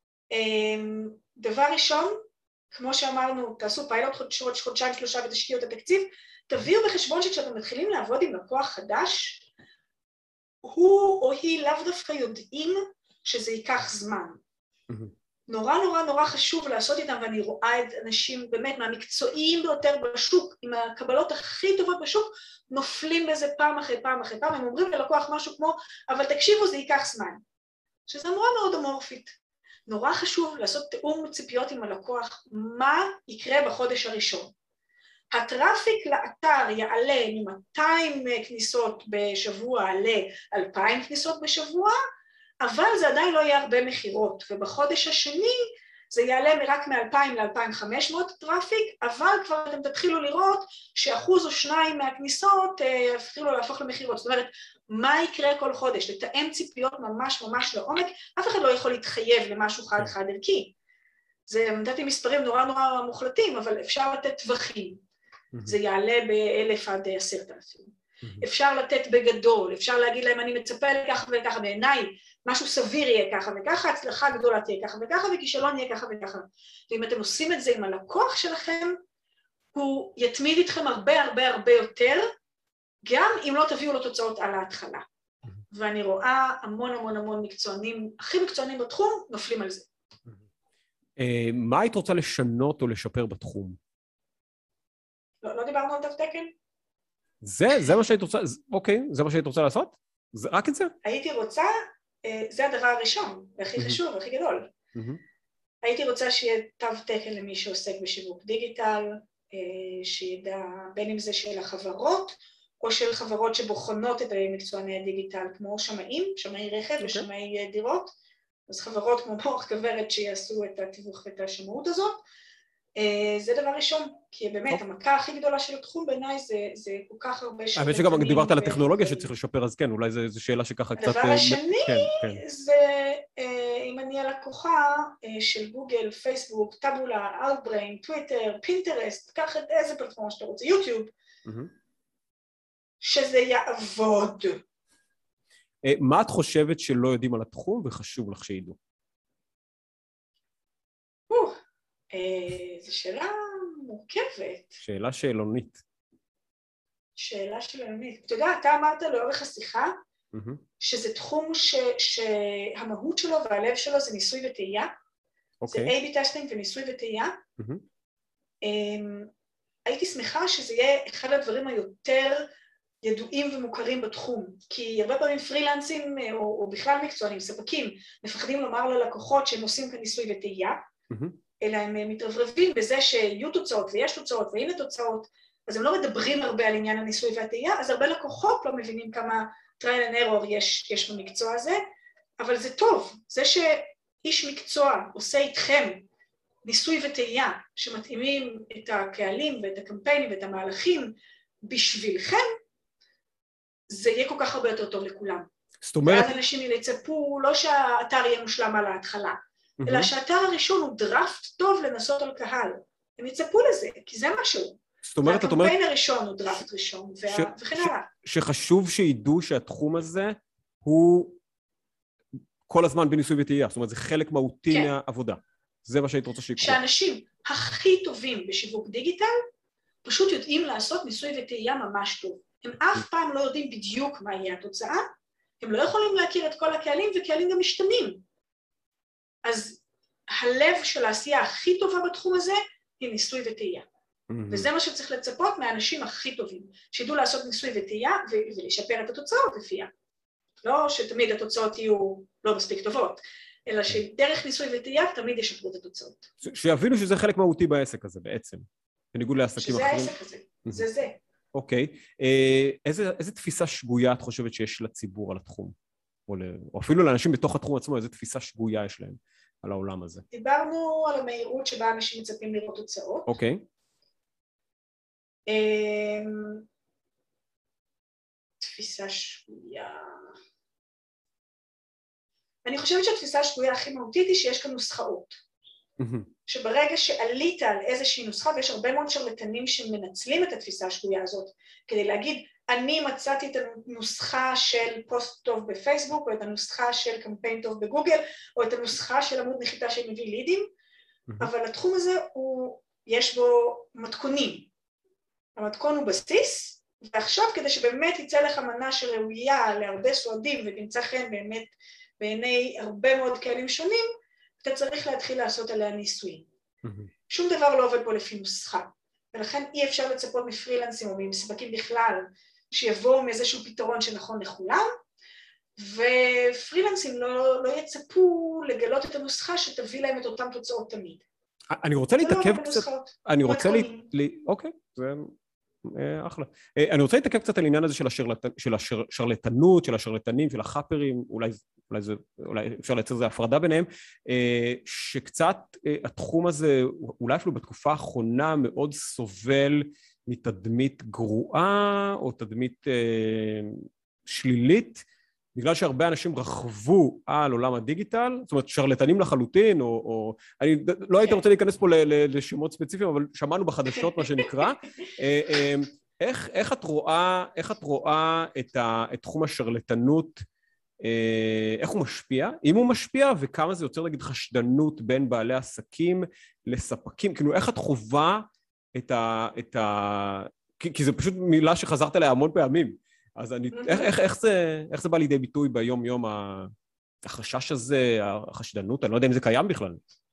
דבר ראשון, כמו שאמרנו, תעשו פיילוט חודשיים שלושה ותשקיעו את התקציב, תביאו בחשבון שכשאתם מתחילים לעבוד עם לקוח חדש, הוא או היא לאו דווקא יודעים שזה ייקח זמן. נורא נורא נורא חשוב לעשות איתם, ואני רואה את אנשים באמת מהמקצועיים ביותר בשוק, עם הקבלות הכי טובות בשוק, נופלים בזה פעם אחרי פעם אחרי פעם, הם אומרים ללקוח משהו כמו, אבל תקשיבו זה ייקח זמן. שזה נורא מאוד אמורפית. נורא חשוב לעשות תיאום ציפיות עם הלקוח, מה יקרה בחודש הראשון. הטראפיק לאתר יעלה מ-מאתיים כניסות בשבוע ל-אלפיים כניסות בשבוע, אבל זה עדיין לא יהיה הרבה מחירות, ובחודש השני זה יעלה רק מ-אלפיים ל-אלפיים וחמש מאות טראפיק, אבל כבר אתם תתחילו לראות שאחוז או שניים מהכניסות יתחילו להפוך למחירות. זאת אומרת, מה יקרה כל חודש? לתאם ציפיות ממש ממש לעומק, אף אחד לא יכול להתחייב למשהו חד חד ערכי. זה, נתתי מספרים נורא נורא מוחלטים, אבל אפשר לתת טווחים. זה יעלה ב-אלף עד עשרת אלפים. אפשר לתת בגדול, אפשר להגיד להם אני מצפה לכך וככה, בעיניי משהו סביר יהיה ככה וככה, הצלחה גדולה תהיה ככה וככה, וכישלון יהיה ככה וככה. ואם אתם עושים את זה עם הלקוח שלכם, הוא יתמיד איתכם הרבה הרבה הרבה יותר, גם אם לא תביאו לו תוצאות על ההתחלה. ואני רואה המון המון המון מקצוענים, הכי מקצוענים בתחום, נופלים על זה. מה היית רוצה לשנות או לשפר בתחום? לא, לא דיברנו על תו תקן? זה, זה מה שהיית רוצה, אוקיי, זה מה שהיית רוצה לעשות? זה, רק את זה? הייתי רוצה, זה הדבר הראשון, והכי חשוב, והכי גדול. הייתי רוצה שיהיה תו תקן למי שעוסק בשיווק דיגיטל, שידע בין אם זה של החברות, או של חברות שבוחנות את מקצועני הדיגיטל, כמו שמאים, שמאי רכב ושמאי דירות, אז חברות כמו מוח כברת שיעשו את התיווך ואת השמאות הזאת, זה דבר ראשון, כי באמת המכה הכי גדולה של התחום בעיניי זה כל כך הרבה שאלות. האמת שגם דיברת על הטכנולוגיה שצריך לשפר, אז כן, אולי זו שאלה שככה קצת... הדבר השני זה אם אני הלקוחה של גוגל, פייסבוק, טאבולה, אאוטבריין, טוויטר, פינטרסט, קח את איזה פלטפורמה שאתה רוצה, יוטיוב, שזה יעבוד. מה את חושבת שלא יודעים על התחום וחשוב לך שידעו? זו שאלה מורכבת. שאלה שאלונית. שאלה שאלונית. אתה יודע, אתה אמרת לאורך השיחה, שזה תחום שהמהות שלו והלב שלו זה ניסוי וטעייה, אוקיי. זה איי בי טסטינג וניסוי וטעייה. Mm-hmm. הייתי שמחה שזה יהיה אחד הדברים היותר ידועים ומוכרים בתחום, כי הרבה פעמים פרילנסים או, או בכלל מקצוענים, ספקים, מפחדים לומר ללקוחות שהם עושים כאן ניסוי וטעייה, mm-hmm. אלא הם מתרברבים בזה שיהיו תוצאות ויש תוצאות והנה תוצאות, אז הם לא מדברים הרבה על עניין הניסוי והטעייה, אז הרבה לקוחות לא מבינים כמה trial and error יש, יש במקצוע הזה, אבל זה טוב, זה שאיש מקצוע עושה איתכם ניסוי וטעייה שמתאימים את הקהלים ואת הקמפיינים ואת המהלכים בשבילכם, זה יהיה כל כך הרבה יותר טוב לכולם. זאת אומרת... ואז אנשים יצפו, לא שהאתר יהיה מושלם על ההתחלה, mm-hmm. אלא שהאתר הראשון הוא דראפט טוב לנסות על קהל. הם יצפו לזה, כי זה משהו. זאת אומרת, את אומרת... והקמפיין הראשון הוא דראפט ראשון, וה... ש... וכן הלאה. ש... שחשוב שידעו שהתחום הזה הוא כל הזמן בניסוי וטעייה, זאת אומרת, זה חלק מהותי כן. מהעבודה. זה מה שהיית רוצה שיקרו. שאנשים הכי טובים בשיווק דיגיטל, פשוט יודעים לעשות ניסוי וטעייה ממש טוב. הם אף פעם לא יודעים בדיוק מה יהיה התוצאה, הם לא יכולים להכיר את כל הקהלים, וקהלים גם משתנים. אז הלב של העשייה הכי טובה בתחום הזה, היא ניסוי וטעייה. וזה מה שצריך לצפות מהאנשים הכי טובים, שידעו לעשות ניסוי וטעייה, ולשפר את התוצאות לפיה. לא שתמיד התוצאות יהיו לא מספיק טובות, אלא שדרך ניסוי וטעייה תמיד ישפרו את התוצאות. שיבינו שזה חלק מהותי בעסק הזה בעצם, בניגוד לעסקים אחרים. שזה העסק הזה, זה זה. אוקיי. איזה, איזה תפיסה שגויה את חושבת שיש לציבור על התחום? או, או אפילו לאנשים בתוך התחום עצמו, איזה תפיסה שגויה יש להם על העולם הזה? דיברנו על המהירות שבה אנשים מצפים לראות תוצאות. אוקיי. תפיסה שגויה... אני חושבת שהתפיסה השגויה הכי מהותית היא שיש כאן נוסחאות. שברגע שעלית על איזושהי נוסחה, ויש הרבה מאוד שרלטנים שמנצלים את התפיסה השגויה הזאת, כדי להגיד, אני מצאתי את הנוסחה של פוסט טוב בפייסבוק, או את הנוסחה של קמפיין טוב בגוגל, או את הנוסחה של עמוד נחיתה שמביא לידים, אבל התחום הזה הוא, יש בו מתכונים. המתכון הוא בסיס, ועכשיו כדי שבאמת יצא לך מנה שראויה להרבה סועדים, ותמצא חן באמת בעיני הרבה מאוד קהלים שונים, אתה צריך להתחיל לעשות עליה ניסויים. שום דבר לא עובד פה לפי נוסחה, ולכן אי אפשר לצפות מפרילנסים או מספקים בכלל, שיבואו מאיזשהו פתרון שנכון לכולם, ופרילנסים לא, לא יצפו לגלות את הנוסחה שתביא להם את אותם תוצאות תמיד. אני רוצה להתעכב קצת... אני רוצה ל... אוקיי, זה... אחלה. אני רוצה להתעכב קצת על העניין הזה של השרלטנות, של השרלטנים, של החאפרים, אולי אולי, זה, אולי אפשר לייצר איזו הפרדה ביניהם, שקצת התחום הזה, אולי אפילו בתקופה האחרונה, מאוד סובל מתדמית גרועה, או תדמית שלילית, בגלל שהרבה אנשים רכבו על עולם הדיגיטל, זאת אומרת, שרלטנים לחלוטין, או, או אני לא הייתי רוצה להיכנס פה לשמות ספציפיים, אבל שמענו בחדשות מה שנקרא. איך, איך את רואה, איך את רואה את, ה, את תחום השרלטנות, איך הוא משפיע? אם הוא משפיע, וכמה זה יוצר, נגיד, חשדנות בין בעלי עסקים לספקים, כאילו, איך את חובה את ה... את ה... כי, כי זה פשוט מילה שחזרת עליה המון פעמים. אז אני, איך, איך, איך זה, איך זה בא לידי ביטוי ביום יום החשש הזה, החשדנות? אני לא יודע אם זה קיים בכלל.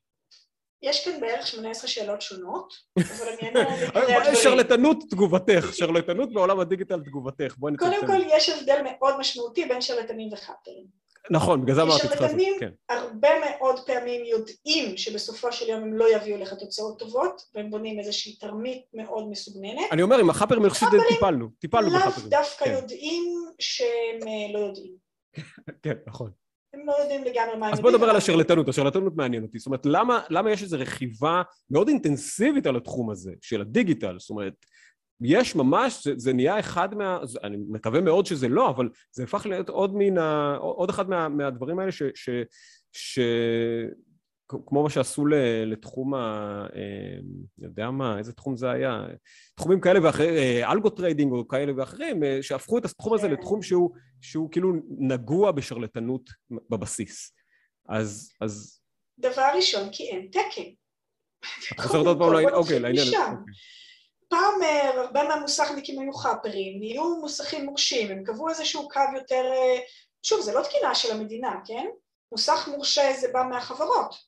יש כאן בערך שמונה עשרה שאלות שונות, אבל אני אענה בקרי הדברים. שרלטנות תגובתך, שרלטנות בעולם הדיגיטל תגובתך. קודם כל יש הבדל מאוד משמעותי בין שרלטנים וחאפרים. נכון, בגלל זה אמרתי. שרלטנים הרבה מאוד פעמים יודעים שבסופו של יום הם לא יביאו לך תוצאות טובות, והם בונים איזושהי תרמית מאוד מסוגננת. אני אומר, עם החאפרים יחסית טיפלנו, טיפלנו בחאפרים. לאו דווקא יודעים שהם לא יודעים. כן, נכון. הם לא יודעים לגמרי מה... אז בוא נדבר על השרלטנות, השרלטנות מעניין אותי. זאת אומרת, למה, למה יש איזו רכיבה מאוד אינטנסיבית על התחום הזה, של הדיגיטל? זאת אומרת, יש ממש, זה, זה נהיה אחד מה... אני מקווה מאוד שזה לא, אבל זה הפך להיות עוד מן ה... עוד אחד מה, מהדברים האלה ש... ש, ש כמו מה שעשו לתחום ה... אני יודע מה, איזה תחום זה היה? תחומים כאלה ואחרים, אלגו טריידינג או כאלה ואחרים, שהפכו את התחום הזה לתחום שהוא, שהוא כאילו נגוע בשרלטנות בבסיס. אז, אז... דבר ראשון, כי אין תקן. את חוזרת עוד פעם, אוקיי, לעניין. פעם הרבה מהמוסכניקים היו חאפרים, נהיו מוסכים מורשים, הם קבעו איזשהו קו יותר... שוב, זה לא תקינה של המדינה, כן? מוסך מורשה זה בא מהחברות.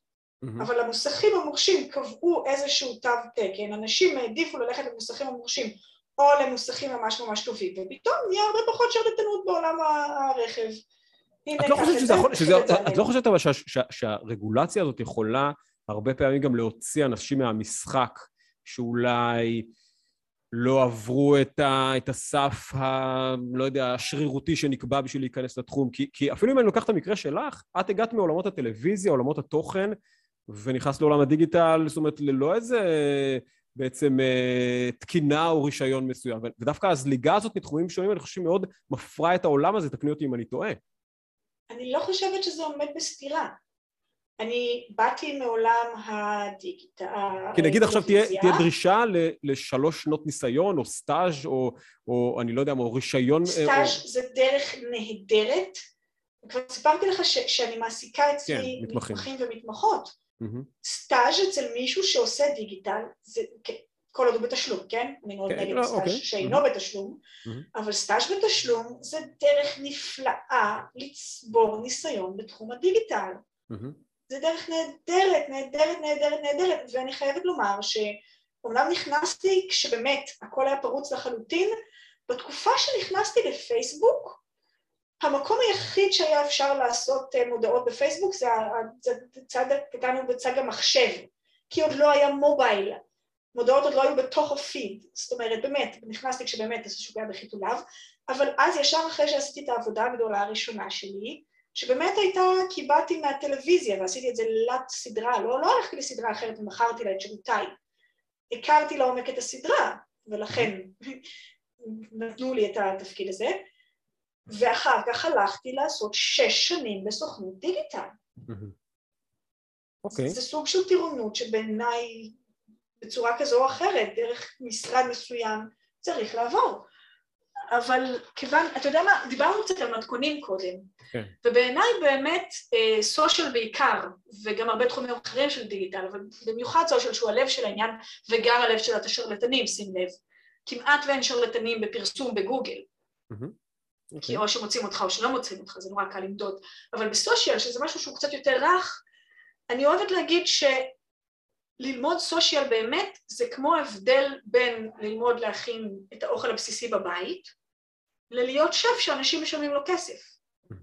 אבל המוסכים המורשים קבעו איזשהו תו תקן, אנשים העדיפו ללכת למוסכים המורשים או למוסכים ממש ממש טובים, ופתאום נהיה הרבה פחות שרלטנות בעולם הרכב. את לא חושבת שזה, את לא חושבת אבל שהרגולציה הזאת יכולה הרבה פעמים גם להוציא אנשים מהמשחק, שאולי לא עברו את, ה, את הסף ה, לא יודע, השרירותי שנקבע בשביל להיכנס לתחום, כי, כי אפילו אם אני לוקח את המקרה שלך, את הגעת מעולמות הטלוויזיה, עולמות התוכן, ונכנס לעולם הדיגיטל, זאת אומרת, ללא איזה בעצם תקינה או רישיון מסוים, ודווקא הזליגה הזאת מתחומים שונים, אני חושב מאוד מפרה את העולם הזה, תקני אותי אם אני טועה. אני לא חושבת שזה עומד בסתירה. אני באתי מעולם הדיגיטל. כי נגיד עכשיו תהיה, תהיה דרישה לשלוש שנות ניסיון, או סטאז' או, או אני לא יודע, או רישיון. סטאז' או... זה דרך נהדרת. כבר סיפרתי לך ש, שאני מעסיקה אצלי כן, מתמחים. מתמחים ומתמחות. Mm-hmm. סטאז' אצל מישהו שעושה דיגיטל, זה כל עוד הוא בתשלום, כן? אני מאוד נגד סטאז' שאינו בתשלום, אבל סטאז' בתשלום זה דרך נפלאה לצבור ניסיון בתחום הדיגיטל. זה דרך נהדרת, נהדרת, נהדרת, נהדרת, ואני חייבת לומר שאומנם נכנסתי כשבאמת הכל היה פרוץ לחלוטין, בתקופה שנכנסתי לפייסבוק, המקום היחיד שהיה אפשר לעשות מודעות בפייסבוק זה הצד הקטן ובצד המחשב, כי עוד לא היה מובייל, מודעות עוד לא היו בתוך הפיד, זאת אומרת באמת, נכנסתי כשבאמת השוק היה בחיתוליו, אבל אז ישר אחרי שעשיתי את העבודה הגדולה הראשונה שלי, שבאמת הייתה, קיבלתי מהטלוויזיה ועשיתי את זה לת סדרה, לא, לא הלכתי לסדרה אחרת ומכרתי לה את שירותיי, הכרתי לעומק את הסדרה, ולכן נתנו לי את התפקיד הזה, ואחר כך הלכתי לעשות שש שנים בסוכנות דיגיטל. אוקיי. זה סוג של טירונות שבעיניי בצורה כזו או אחרת, דרך משרד מסוים, צריך לעבור. אבל כיוון, אתה יודע מה, דיברנו קצת על מתכונים קודם, כן. ובעיניי באמת סושיאל בעיקר, וגם הרבה תחומים אחרים של דיגיטל, אבל במיוחד סושיאל שהוא הלב של העניין, וגם הלב של השרלטנים, שים לב. כמעט ואין שרלטנים בפרסום בגוגל. Okay. כי או שמוצאים אותך או שלא מוצאים אותך, זה נורא קל למדוד. אבל בסושיאל, שזה משהו שהוא קצת יותר רך, אני אוהבת להגיד שללמוד סושיאל באמת, זה כמו הבדל בין ללמוד להכין את האוכל הבסיסי בבית, ללהיות שף שאנשים משלמים לו כסף. Mm-hmm.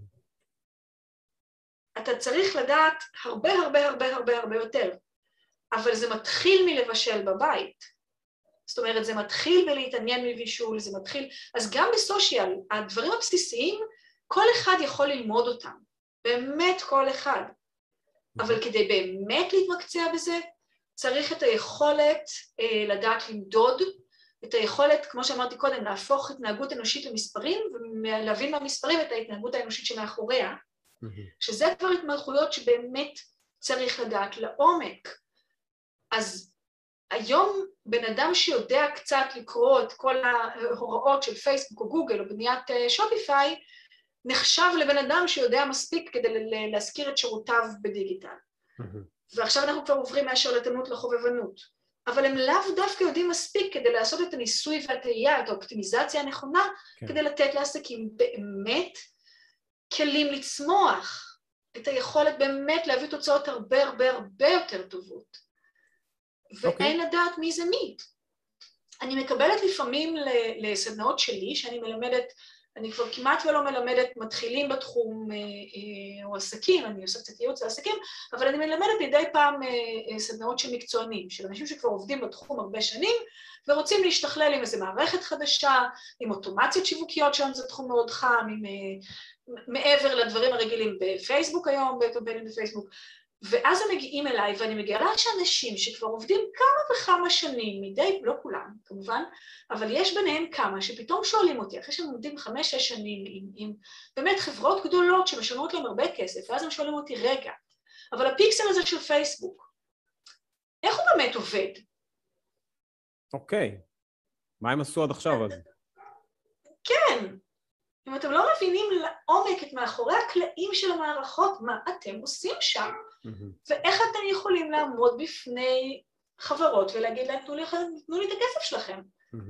אתה צריך לדעת הרבה הרבה הרבה הרבה הרבה יותר, אבל זה מתחיל מלבשל בבית. זאת אומרת, זה מתחיל בלהתעניין מבישול, זה מתחיל, אז גם בסושיאל, הדברים הבסיסיים, כל אחד יכול ללמוד אותם, באמת כל אחד, אבל כדי באמת להתמקצע בזה, צריך את היכולת אה, לדעת למדוד, את היכולת, כמו שאמרתי קודם, להפוך התנהגות אנושית למספרים, ולהבין מהמספרים את ההתנהגות האנושית שמאחוריה, שזה כבר התמחויות שבאמת צריך לדעת לעומק. אז היום בן אדם שיודע קצת לקרוא את כל ההוראות של פייסבוק או גוגל או בניית שופיפיי, נחשב לבן אדם שיודע מספיק כדי להזכיר את שירותיו בדיגיטל. ועכשיו אנחנו כבר עוברים מהשרלטנות לחובבנות. אבל הם לאו דווקא יודעים מספיק כדי לעשות את הניסוי והטעייה, את האופטימיזציה הנכונה, כדי לתת לעסקים באמת כלים לצמוח, את היכולת באמת להביא תוצאות הרבה הרבה הרבה יותר טובות. ואין לדעת מי זה מי. אני מקבלת לפעמים לסדנאות שלי, שאני מלמדת, אני כבר כמעט ולא מלמדת מתחילים בתחום או עסקים, אני עושה קצת ייעוץ לעסקים, אבל אני מלמדת מדי פעם סדנאות של מקצוענים, של אנשים שכבר עובדים בתחום הרבה שנים, ורוצים להשתכלל עם איזו מערכת חדשה, עם אוטומציות שיווקיות שם, זה תחום מאוד חם, עם, מעבר לדברים הרגילים בפייסבוק היום, בקמפיינים בפייסבוק, ואז הם מגיעים אליי, ואני מגלה שאנשים שכבר עובדים כמה וכמה שנים, מדי, לא כולם, כמובן, אבל יש ביניהם כמה שפתאום שואלים אותי, אחרי שהם עובדים חמש, שש שנים עם, עם באמת חברות גדולות שמשלמות להם הרבה כסף, ואז הם שואלים אותי, רגע, אבל הפיקסל הזה של פייסבוק, איך הוא באמת עובד? אוקיי. מה הם עשו עד עכשיו אז? כן. אם אתם לא מבינים לעומק את מאחורי הקלעים של המערכות, מה אתם עושים שם? ואיך אתם יכולים לעמוד בפני חברות ולהגיד להם, תנו לי, תנו לי את הכסף שלכם.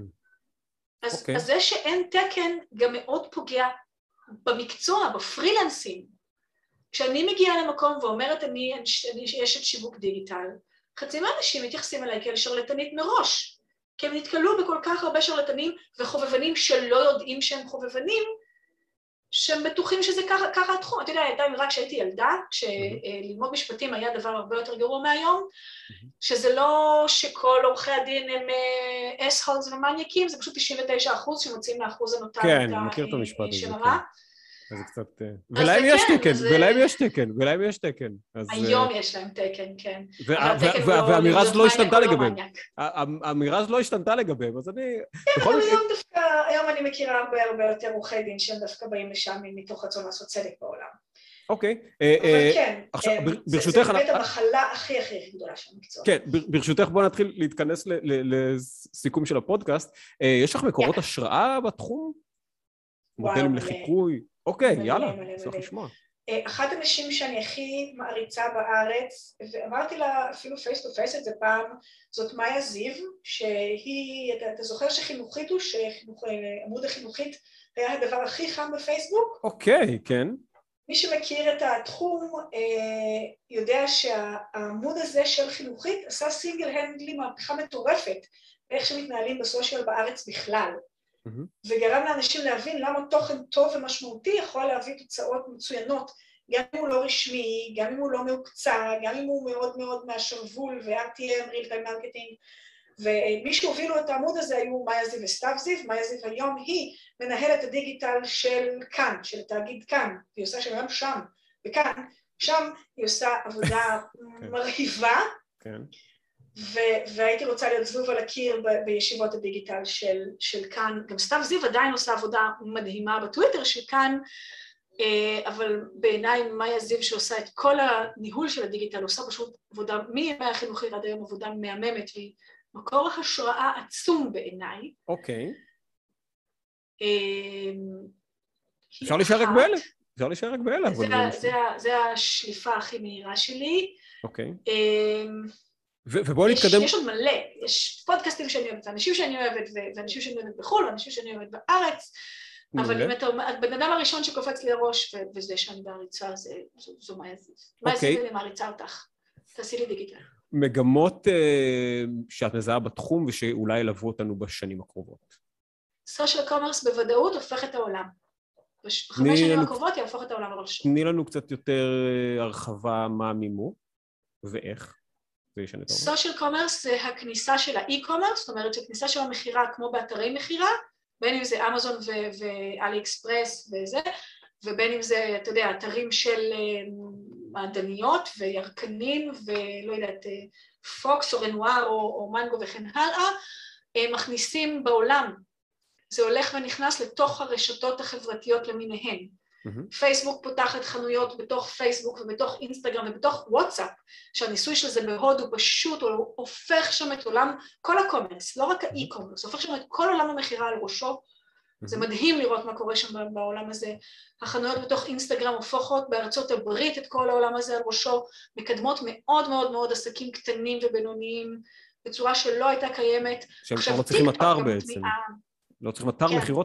אז, okay. אז זה שאין תקן גם מאוד פוגע במקצוע, בפרילנסים. כשאני מגיעה למקום ואומרת אני, אני יש את שיווק דיגיטל, חצי מהאנשים מתייחסים אליי כאל שרלטנית מראש, כי הם נתקלו בכל כך הרבה שרלטנים וחובבנים שלא יודעים שהם חובבנים, שהם בטוחים שזה ככה, ככה התחום. אתה יודע, הייתה רק כשהייתי ילדה, כשללמוד משפטים היה דבר הרבה יותר גרוע מהיום, שזה לא שכל עורכי הדין הם אס-הולס ומניאקים, זה פשוט תשעים ותשעה אחוז שמוצאים לאחוז הנותר כן, אני מכיר את המשפט הזה, של כן. הרע. אז זה קצת... ולהם יש תקן, ולהם יש תקן, ולהם יש תקן. היום יש להם תקן, כן. והאמירה הזו לא השתנתה לגביהם. האמירה הזו לא השתנתה לגביהם, אז אני... כן, אבל היום דווקא, היום אני מכירה הרבה הרבה יותר עורכי דין שהם דווקא באים לשם מתוך רצון לעשות צדק בעולם. אוקיי. אבל כן, ברשותך... זה באמת המחלה הכי הכי גדולה של המקצוע. כן, ברשותך בוא נתחיל להתכנס לסיכום של הפודקאסט. יש לך מקורות השראה בתחום? מודלים לחיקוי? אוקיי, יאללה, צריך לשמוע. אחת הנשים שאני הכי מעריצה בארץ, ואמרתי לה אפילו פייס טו פייס את זה פעם, זאת מאיה זיו, שהיא, אתה זוכר שחינוכית הוא, שעמוד החינוכית היה הדבר הכי חם בפייסבוק? אוקיי, כן. מי שמכיר את התחום יודע שהעמוד הזה של חינוכית עשה סינגל הנדלי מהפכה מטורפת, באיך שמתנהלים בסושיאל בארץ בכלל. וגרם לאנשים להבין למה תוכן טוב ומשמעותי יכול להביא תוצאות מצוינות, גם אם הוא לא רשמי, גם אם הוא לא מהוקצע, גם אם הוא מאוד מאוד מהשרוול ו-אר טי אם, Real Time Marketing, ומי שהובילו את העמוד הזה היו מאיה זיו וסתיו זיו. מאיה זיו היום היא מנהלת הדיגיטל של כאן, של תאגיד כאן, והיא עושה שם שם, וכאן, שם היא עושה עבודה מרהיבה, והייתי רוצה להיות זבוב על הקיר בישיבות הדיגיטל של כאן. גם סתיו זיו עדיין עושה עבודה מדהימה בטוויטר של כאן, אבל בעיניי מאיה זיו שעושה את כל הניהול של הדיגיטל, עושה פשוט עבודה מימי החינוכית עד היום, עבודה מהממת, והיא מקור השראה עצום בעיניי. אוקיי. אפשר להישאר רק באלה, אפשר להישאר רק באלה. זה השליפה הכי מהירה שלי. אוקיי. ובואו נתקדם. יש עוד מלא, יש פודקאסטים שאני אוהבת, ואנשים שאני אוהבת, ואנשים שאני אוהבת בחו"ל, ואנשים שאני אוהבת בארץ, אבל אם אתה אומר, הבן אדם הראשון שקופץ לי הראש, וזה שאני מעריצה, זו מאיה זיו. מאיה זיו אני מעריצה אותך, תעשי לי דיגיטל. מגמות שאת מזהה בתחום, ושאולי ילוו אותנו בשנים הקרובות. סושיאל קומרס בוודאות הופך את העולם. בחמש שנים הקרובות יהפוך את העולם הראש. תני לנו קצת יותר הרחבה מה מימו, ואיך. סושיאל קומרס זה הכניסה של האי-קומרס, זאת אומרת שכניסה של המחירה כמו באתרי מחירה, בין אם זה אמזון ואלי אקספרס וזה, ובין אם זה, אתה יודע, אתרים של מעדניות וירקנים ולא יודעת, פוקס או רנואר או, או מנגו וכן הלאה, מכניסים בעולם. זה הולך ונכנס לתוך הרשתות החברתיות למיניהן. Mm-hmm. פייסבוק פותחת חנויות בתוך פייסבוק ובתוך אינסטגרם ובתוך וואטסאפ, שהניסוי של זה בהודו פשוט הוא הופך שם את עולם, כל הקומרס, לא רק האי-קומרס, הופך שם את כל עולם המחירה על ראשו. Mm-hmm. זה מדהים לראות מה קורה שם בעולם הזה. החנויות בתוך אינסטגרם הופכות בארצות הברית את כל העולם הזה על ראשו, מקדמות מאוד מאוד מאוד עסקים קטנים ובינוניים, בצורה שלא הייתה קיימת. שהם כבר לא צריכים אתר בעצם. לא צריכים אתר מחירות.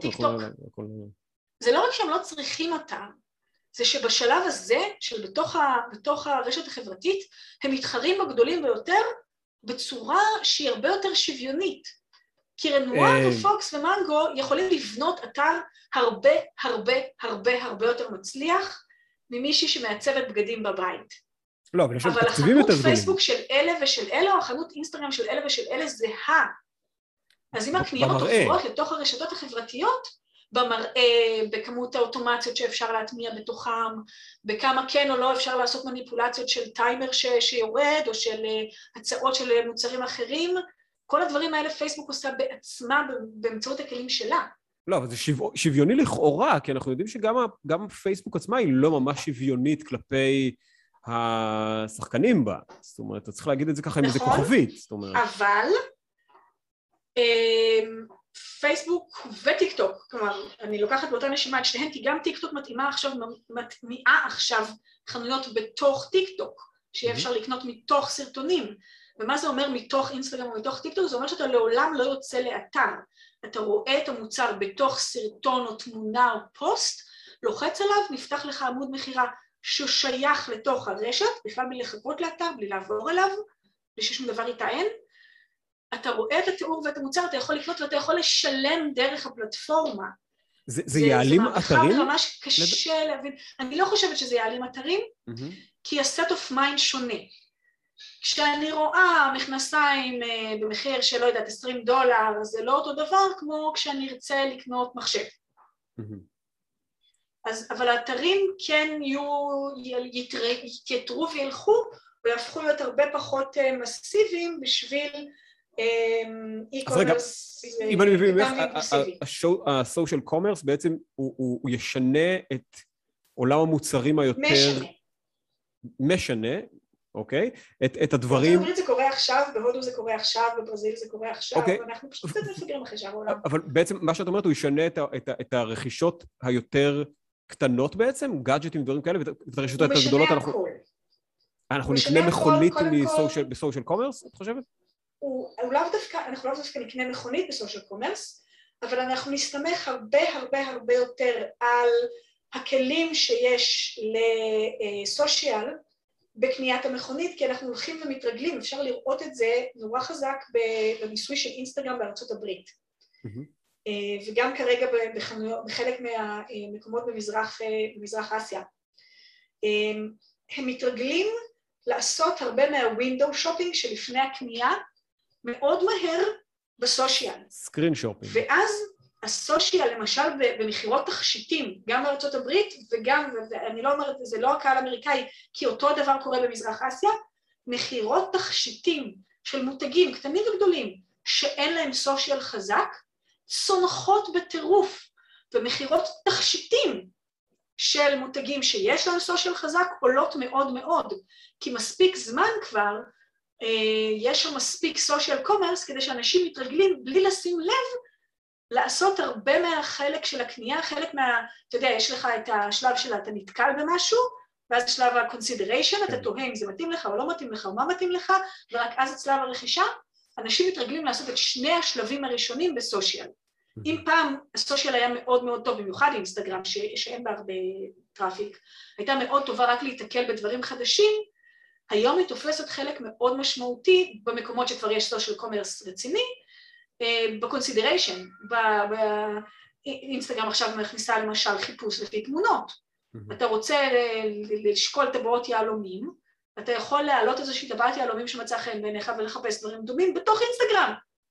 זה לא רק שהם לא צריכים אותם, זה שבשלב הזה, של בתוך, ה, בתוך הרשת החברתית, הם מתחרים בגדולים ביותר, בצורה שהיא הרבה יותר שוויונית. כי רנואר ופוקס ומנגו יכולים לבנות אתר הרבה, הרבה, הרבה, הרבה יותר מצליח, ממישהי שמעצבת בגדים בבית. לא, אבל יש להם תקציבים יותר גדולים. אבל החנות פייסבוק של אלה ושל אלה, או החנות אינסטגרם של אלה ושל אלה, זה ה. אז אם הקניות עוברות לתוך הרשתות החברתיות, במראה, בכמות האוטומציות שאפשר להטמיע בתוכם, בכמה כן או לא אפשר לעשות מניפולציות של טיימר ש, שיורד, או של הצעות של מוצרים אחרים, כל הדברים האלה פייסבוק עושה בעצמה באמצעות הכלים שלה. לא, אבל זה שו... שוויוני לכאורה, כי אנחנו יודעים שגם גם פייסבוק עצמה היא לא ממש שוויונית כלפי השחקנים בה. זאת אומרת, אתה צריך להגיד את זה ככה עם איזה כוכבית. זאת אומרת. אבל פייסבוק וטיק טוק, כלומר, אני לוקחת באותה נשימה את שניהם, כי גם טיק טוק מתאימה עכשיו, מטמיעה עכשיו חנויות בתוך טיק טוק, שיהיה אפשר לקנות מתוך סרטונים. ומה זה אומר מתוך אינסטגרם או מתוך טיק טוק? זה אומר שאתה לעולם לא יוצא לאתר. אתה רואה את המוצר בתוך סרטון או תמונה או פוסט, לוחץ עליו, נפתח לך עמוד מחירה שהוא שייך לתוך הרשת, בכלל בלי לחכות לאתר, בלי לעבור אליו, בלי ששום דבר יטען. אתה רואה את התיאור ואת המוצר, אתה יכול לקנות ואתה יכול לשלם דרך הפלטפורמה. זה, זה יעלים אתרים? זה מהפכה ברמה שקשה לד... להבין. אני לא חושבת שזה יעלים אתרים, mm-hmm. כי ה-set of mind שונה. כשאני רואה מכנסיים במחיר של, לא יודעת, עשרים דולר, זה לא אותו דבר כמו כשאני ארצה לקנות מחשב. Mm-hmm. אז, אבל האתרים כן יהיו, יתייתרו וילכו, ויהפכו להיות הרבה פחות מסיביים בשביל אז רגע, אם אני מבין ממך, הסושיאל קומרס בעצם הוא ישנה את עולם המוצרים היותר... משנה. משנה, אוקיי? את הדברים... בארצות הברית זה קורה עכשיו, בהודו זה קורה עכשיו, בברזיל זה קורה עכשיו, ואנחנו פשוט קצת מפגרים אחרי שאר העולם. אבל בעצם מה שאת אומרת, הוא ישנה את הרכישות היותר קטנות בעצם, גאדג'טים ודברים כאלה, ואת הרכישות היותר גדולות אנחנו... הוא משנה הכל. אנחנו נקנה מכונית בסושיאל קומרס, את חושבת? הוא לאו דווקא, אנחנו לאו דווקא נקנה מכונית בסושיאל קומרס, אבל אנחנו נסתמך הרבה הרבה הרבה יותר על הכלים שיש לסושיאל בקניית המכונית, כי אנחנו הולכים ומתרגלים, אפשר לראות את זה נורא חזק בניסוי של אינסטגרם בארצות הברית. וגם כרגע בחלק מהמקומות במזרח, במזרח אסיה. הם מתרגלים לעשות הרבה מהווינדו שופינג שלפני הקנייה, מאוד מהר בסושיאל. סקרין שופינג. ואז הסושיאל, למשל, במחירות תכשיטים, גם בארצות הברית, וגם, ואני לא אומרת, זה לא הקהל האמריקאי, כי אותו הדבר קורה במזרח אסיה, מחירות תכשיטים של מותגים קטנים וגדולים, שאין להם סושיאל חזק, צונחות בטירוף, ומחירות תכשיטים של מותגים שיש להם סושיאל חזק, עולות מאוד מאוד, כי מספיק זמן כבר, יש שם מספיק סושיאל קומרס, כדי שאנשים מתרגלים בלי לשים לב, לעשות הרבה מהחלק של הקנייה, חלק מה, אתה יודע, יש לך את השלב שלה, אתה נתקל במשהו, ואז שלב ה-consideration, אתה תוהה אם זה מתאים לך או לא מתאים לך, או מה מתאים לך, ורק אז את שלב הרכישה, אנשים מתרגלים לעשות את שני השלבים הראשונים בסושיאל. אם פעם הסושיאל היה מאוד מאוד טוב, במיוחד אינסטגרם, שאין בה הרבה טראפיק, הייתה מאוד טובה רק להתקל בדברים חדשים, היום היא תופסת חלק מאוד משמעותי במקומות שכבר יש סושיאל קומרס רציני, בקונסידריישן, באינסטגרם עכשיו מכניסה למשל חיפוש לפי תמונות. אתה רוצה לשקול טבעות יהלומים, אתה יכול להעלות איזושהי טבעת יהלומים שמצא חן בעיניך ולחפש דברים דומים בתוך אינסטגרם.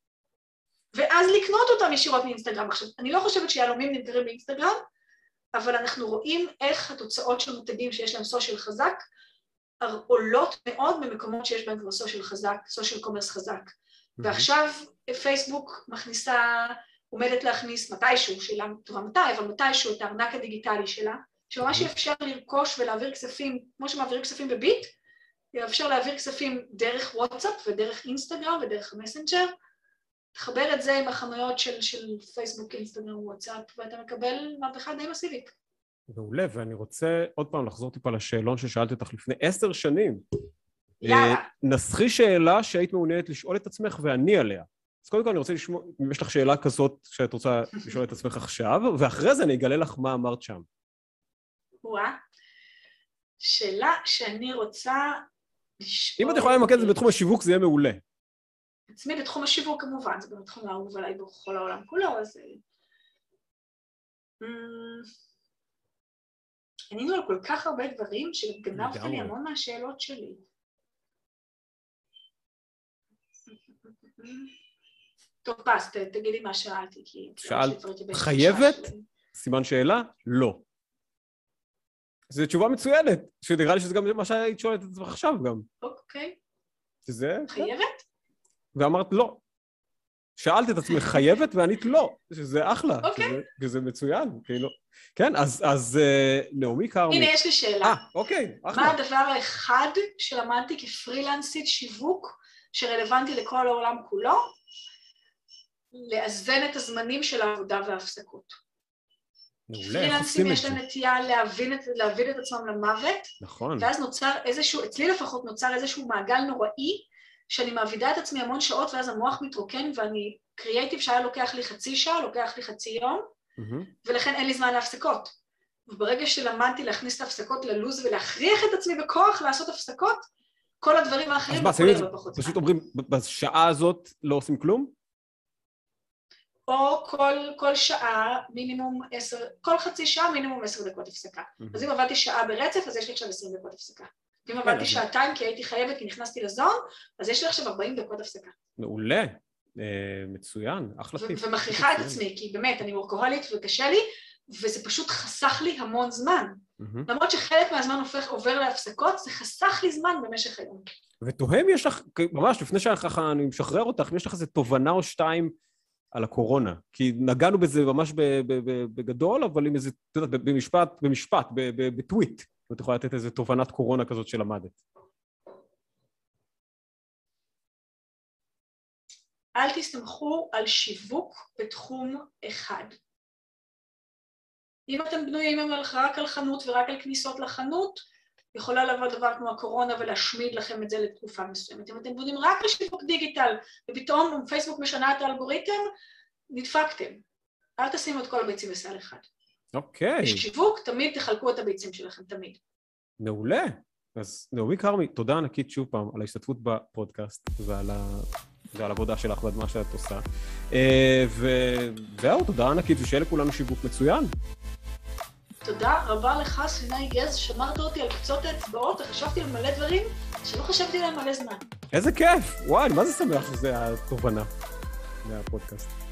ואז לקנות אותם ישירות מאינסטגרם. עכשיו, אני לא חושבת שיהלומים נמכרים באינסטגרם, אבל אנחנו רואים איך התוצאות של מותגים שיש להם סושיאל חזק, עולות מאוד במקומות שיש בהם כבר סושיאל חזק, סושיאל קומרס חזק. ועכשיו פייסבוק מכניסה, עומדת להכניס מתישהו, שאלה טובה מתי, אבל מתישהו את הארנק הדיגיטלי שלה, שממש יאפשר לרכוש ולהעביר כספים, כמו שמעבירים כספים בביט, יאפשר להעביר כספים דרך וואטסאפ ודרך אינסטגרם ודרך המסנג'ר, תחבר את זה עם החנויות של, של פייסבוק, אינסטגרם, וואטסאפ, ואתה מקבל מהפכה די מסיבית. מעולה, ואני רוצה עוד פעם לחזור טיפה לשאלון ששאלתי אותך לפני עשר שנים. יאללה. נסחי שאלה שהיית מעוניינת לשאול את עצמך ואני עליה. אז קודם כל אני רוצה לשמוע, אם יש לך שאלה כזאת שאת רוצה לשאול את עצמך עכשיו, ואחרי זה אני אגלה לך מה אמרת שם. וואה, שאלה שאני רוצה לשאול... אם את יכולה למקד את זה בתחום השיווק, זה יהיה מעולה. עצמי בתחום השיווק כמובן, זה גם בתחום האהוב עליי בכל העולם כולו, אז... ענינו על כל כך הרבה דברים שגנבת לי המון מהשאלות שלי. טוב, פס, תגידי מה שאלתי, כי... שאלת, חייבת? סימן שאלה? לא. זו תשובה מצוינת, שנראה לי שזה גם מה שהיית שואלת את עצמך עכשיו גם. אוקיי. שזה... חייבת? ואמרת לא. שאלת את עצמך חייבת וענית לא, שזה אחלה. אוקיי. וזה מצוין, כאילו. כן, אז נעמי כרמי. הנה, יש לי שאלה. אה, אוקיי, אחלה. מה הדבר האחד שלמדתי כפרילנסית שיווק, שרלוונטי לכל העולם כולו? לאזן את הזמנים של העבודה וההפסקות. מעולה, איך עושים את זה? פרילנסים יש להם נטייה להבין את, להבין את עצמם למוות, נכון. ואז נוצר איזשהו, אצלי לפחות נוצר איזשהו מעגל נוראי, שאני מעבידה את עצמי המון שעות, ואז המוח מתרוקן, ואני קריאייטיב שהיה לוקח לי חצי שעה, לוקח לי חצי יום, mm-hmm. ולכן אין לי זמן להפסקות. וברגע שלמדתי להכניס את ההפסקות ללוז ולהכריח את עצמי בכוח לעשות הפסקות, כל הדברים האחרים לא קורה בפחות זמן. פשוט אומרים, בשעה הזאת לא עושים כלום? או כל, כל שעה מינימום עשר, כל חצי שעה מינימום עשר דקות הפסקה. Mm-hmm. אז אם עבדתי שעה ברצף, אז יש לי עכשיו עשרים דקות הפסקה. אם עבדתי כן, שעתיים כי הייתי חייבת, כי נכנסתי לזון, אז יש לי עכשיו ארבעים דקות הפסקה. מעולה, אה, מצוין, אחלה טיפ. ומכריחה את עצמי, כי באמת, אני וורקוהולית וקשה לי, וזה פשוט חסך לי המון זמן. Mm-hmm. למרות שחלק מהזמן הופך, עובר להפסקות, זה חסך לי זמן במשך היום. ותוהם יש לך, ממש לפני שככה אני משחרר אותך, יש לך איזה תובנה או שתיים על הקורונה, כי נגענו בזה ממש בגדול, אבל עם איזה, אתה יודע, במשפט, במשפט, בטוויט, ואת יכולה לתת איזה תובנת קורונה כזאת שלמדת. אל תסתמכו על שיווק בתחום אחד. אם אתם בנויים רק על חנות ורק על כניסות לחנות, יכולה לבוא דבר כמו הקורונה ולהשמיד לכם את זה לתקופה מסוימת. אם אתם בונים רק על שיווק דיגיטל, ופתאום פייסבוק משנה את האלגוריתם, נדפקתם. אל תשימו את כל הביצים בסל אחד. אוקיי. בשיווק, תמיד תחלקו את הביצים שלכם, תמיד. מעולה. אז נעמי כרמי, תודה ענקית שוב פעם על ההשתתפות בפודקאסט ועל ה... ועל העבודה שלך ועל מה שאת עושה. וזהו, תודה ענקית, ושיהיה לכולנו שיווק מצוין. תודה רבה לך, סיני גז, שמרת אותי על קצות האצבעות, וחשבתי על מלא דברים שלא חשבתי עליהם מלא זמן. איזה כיף! וואי, מה זה שמח שזה התובנה מהפודקאסט.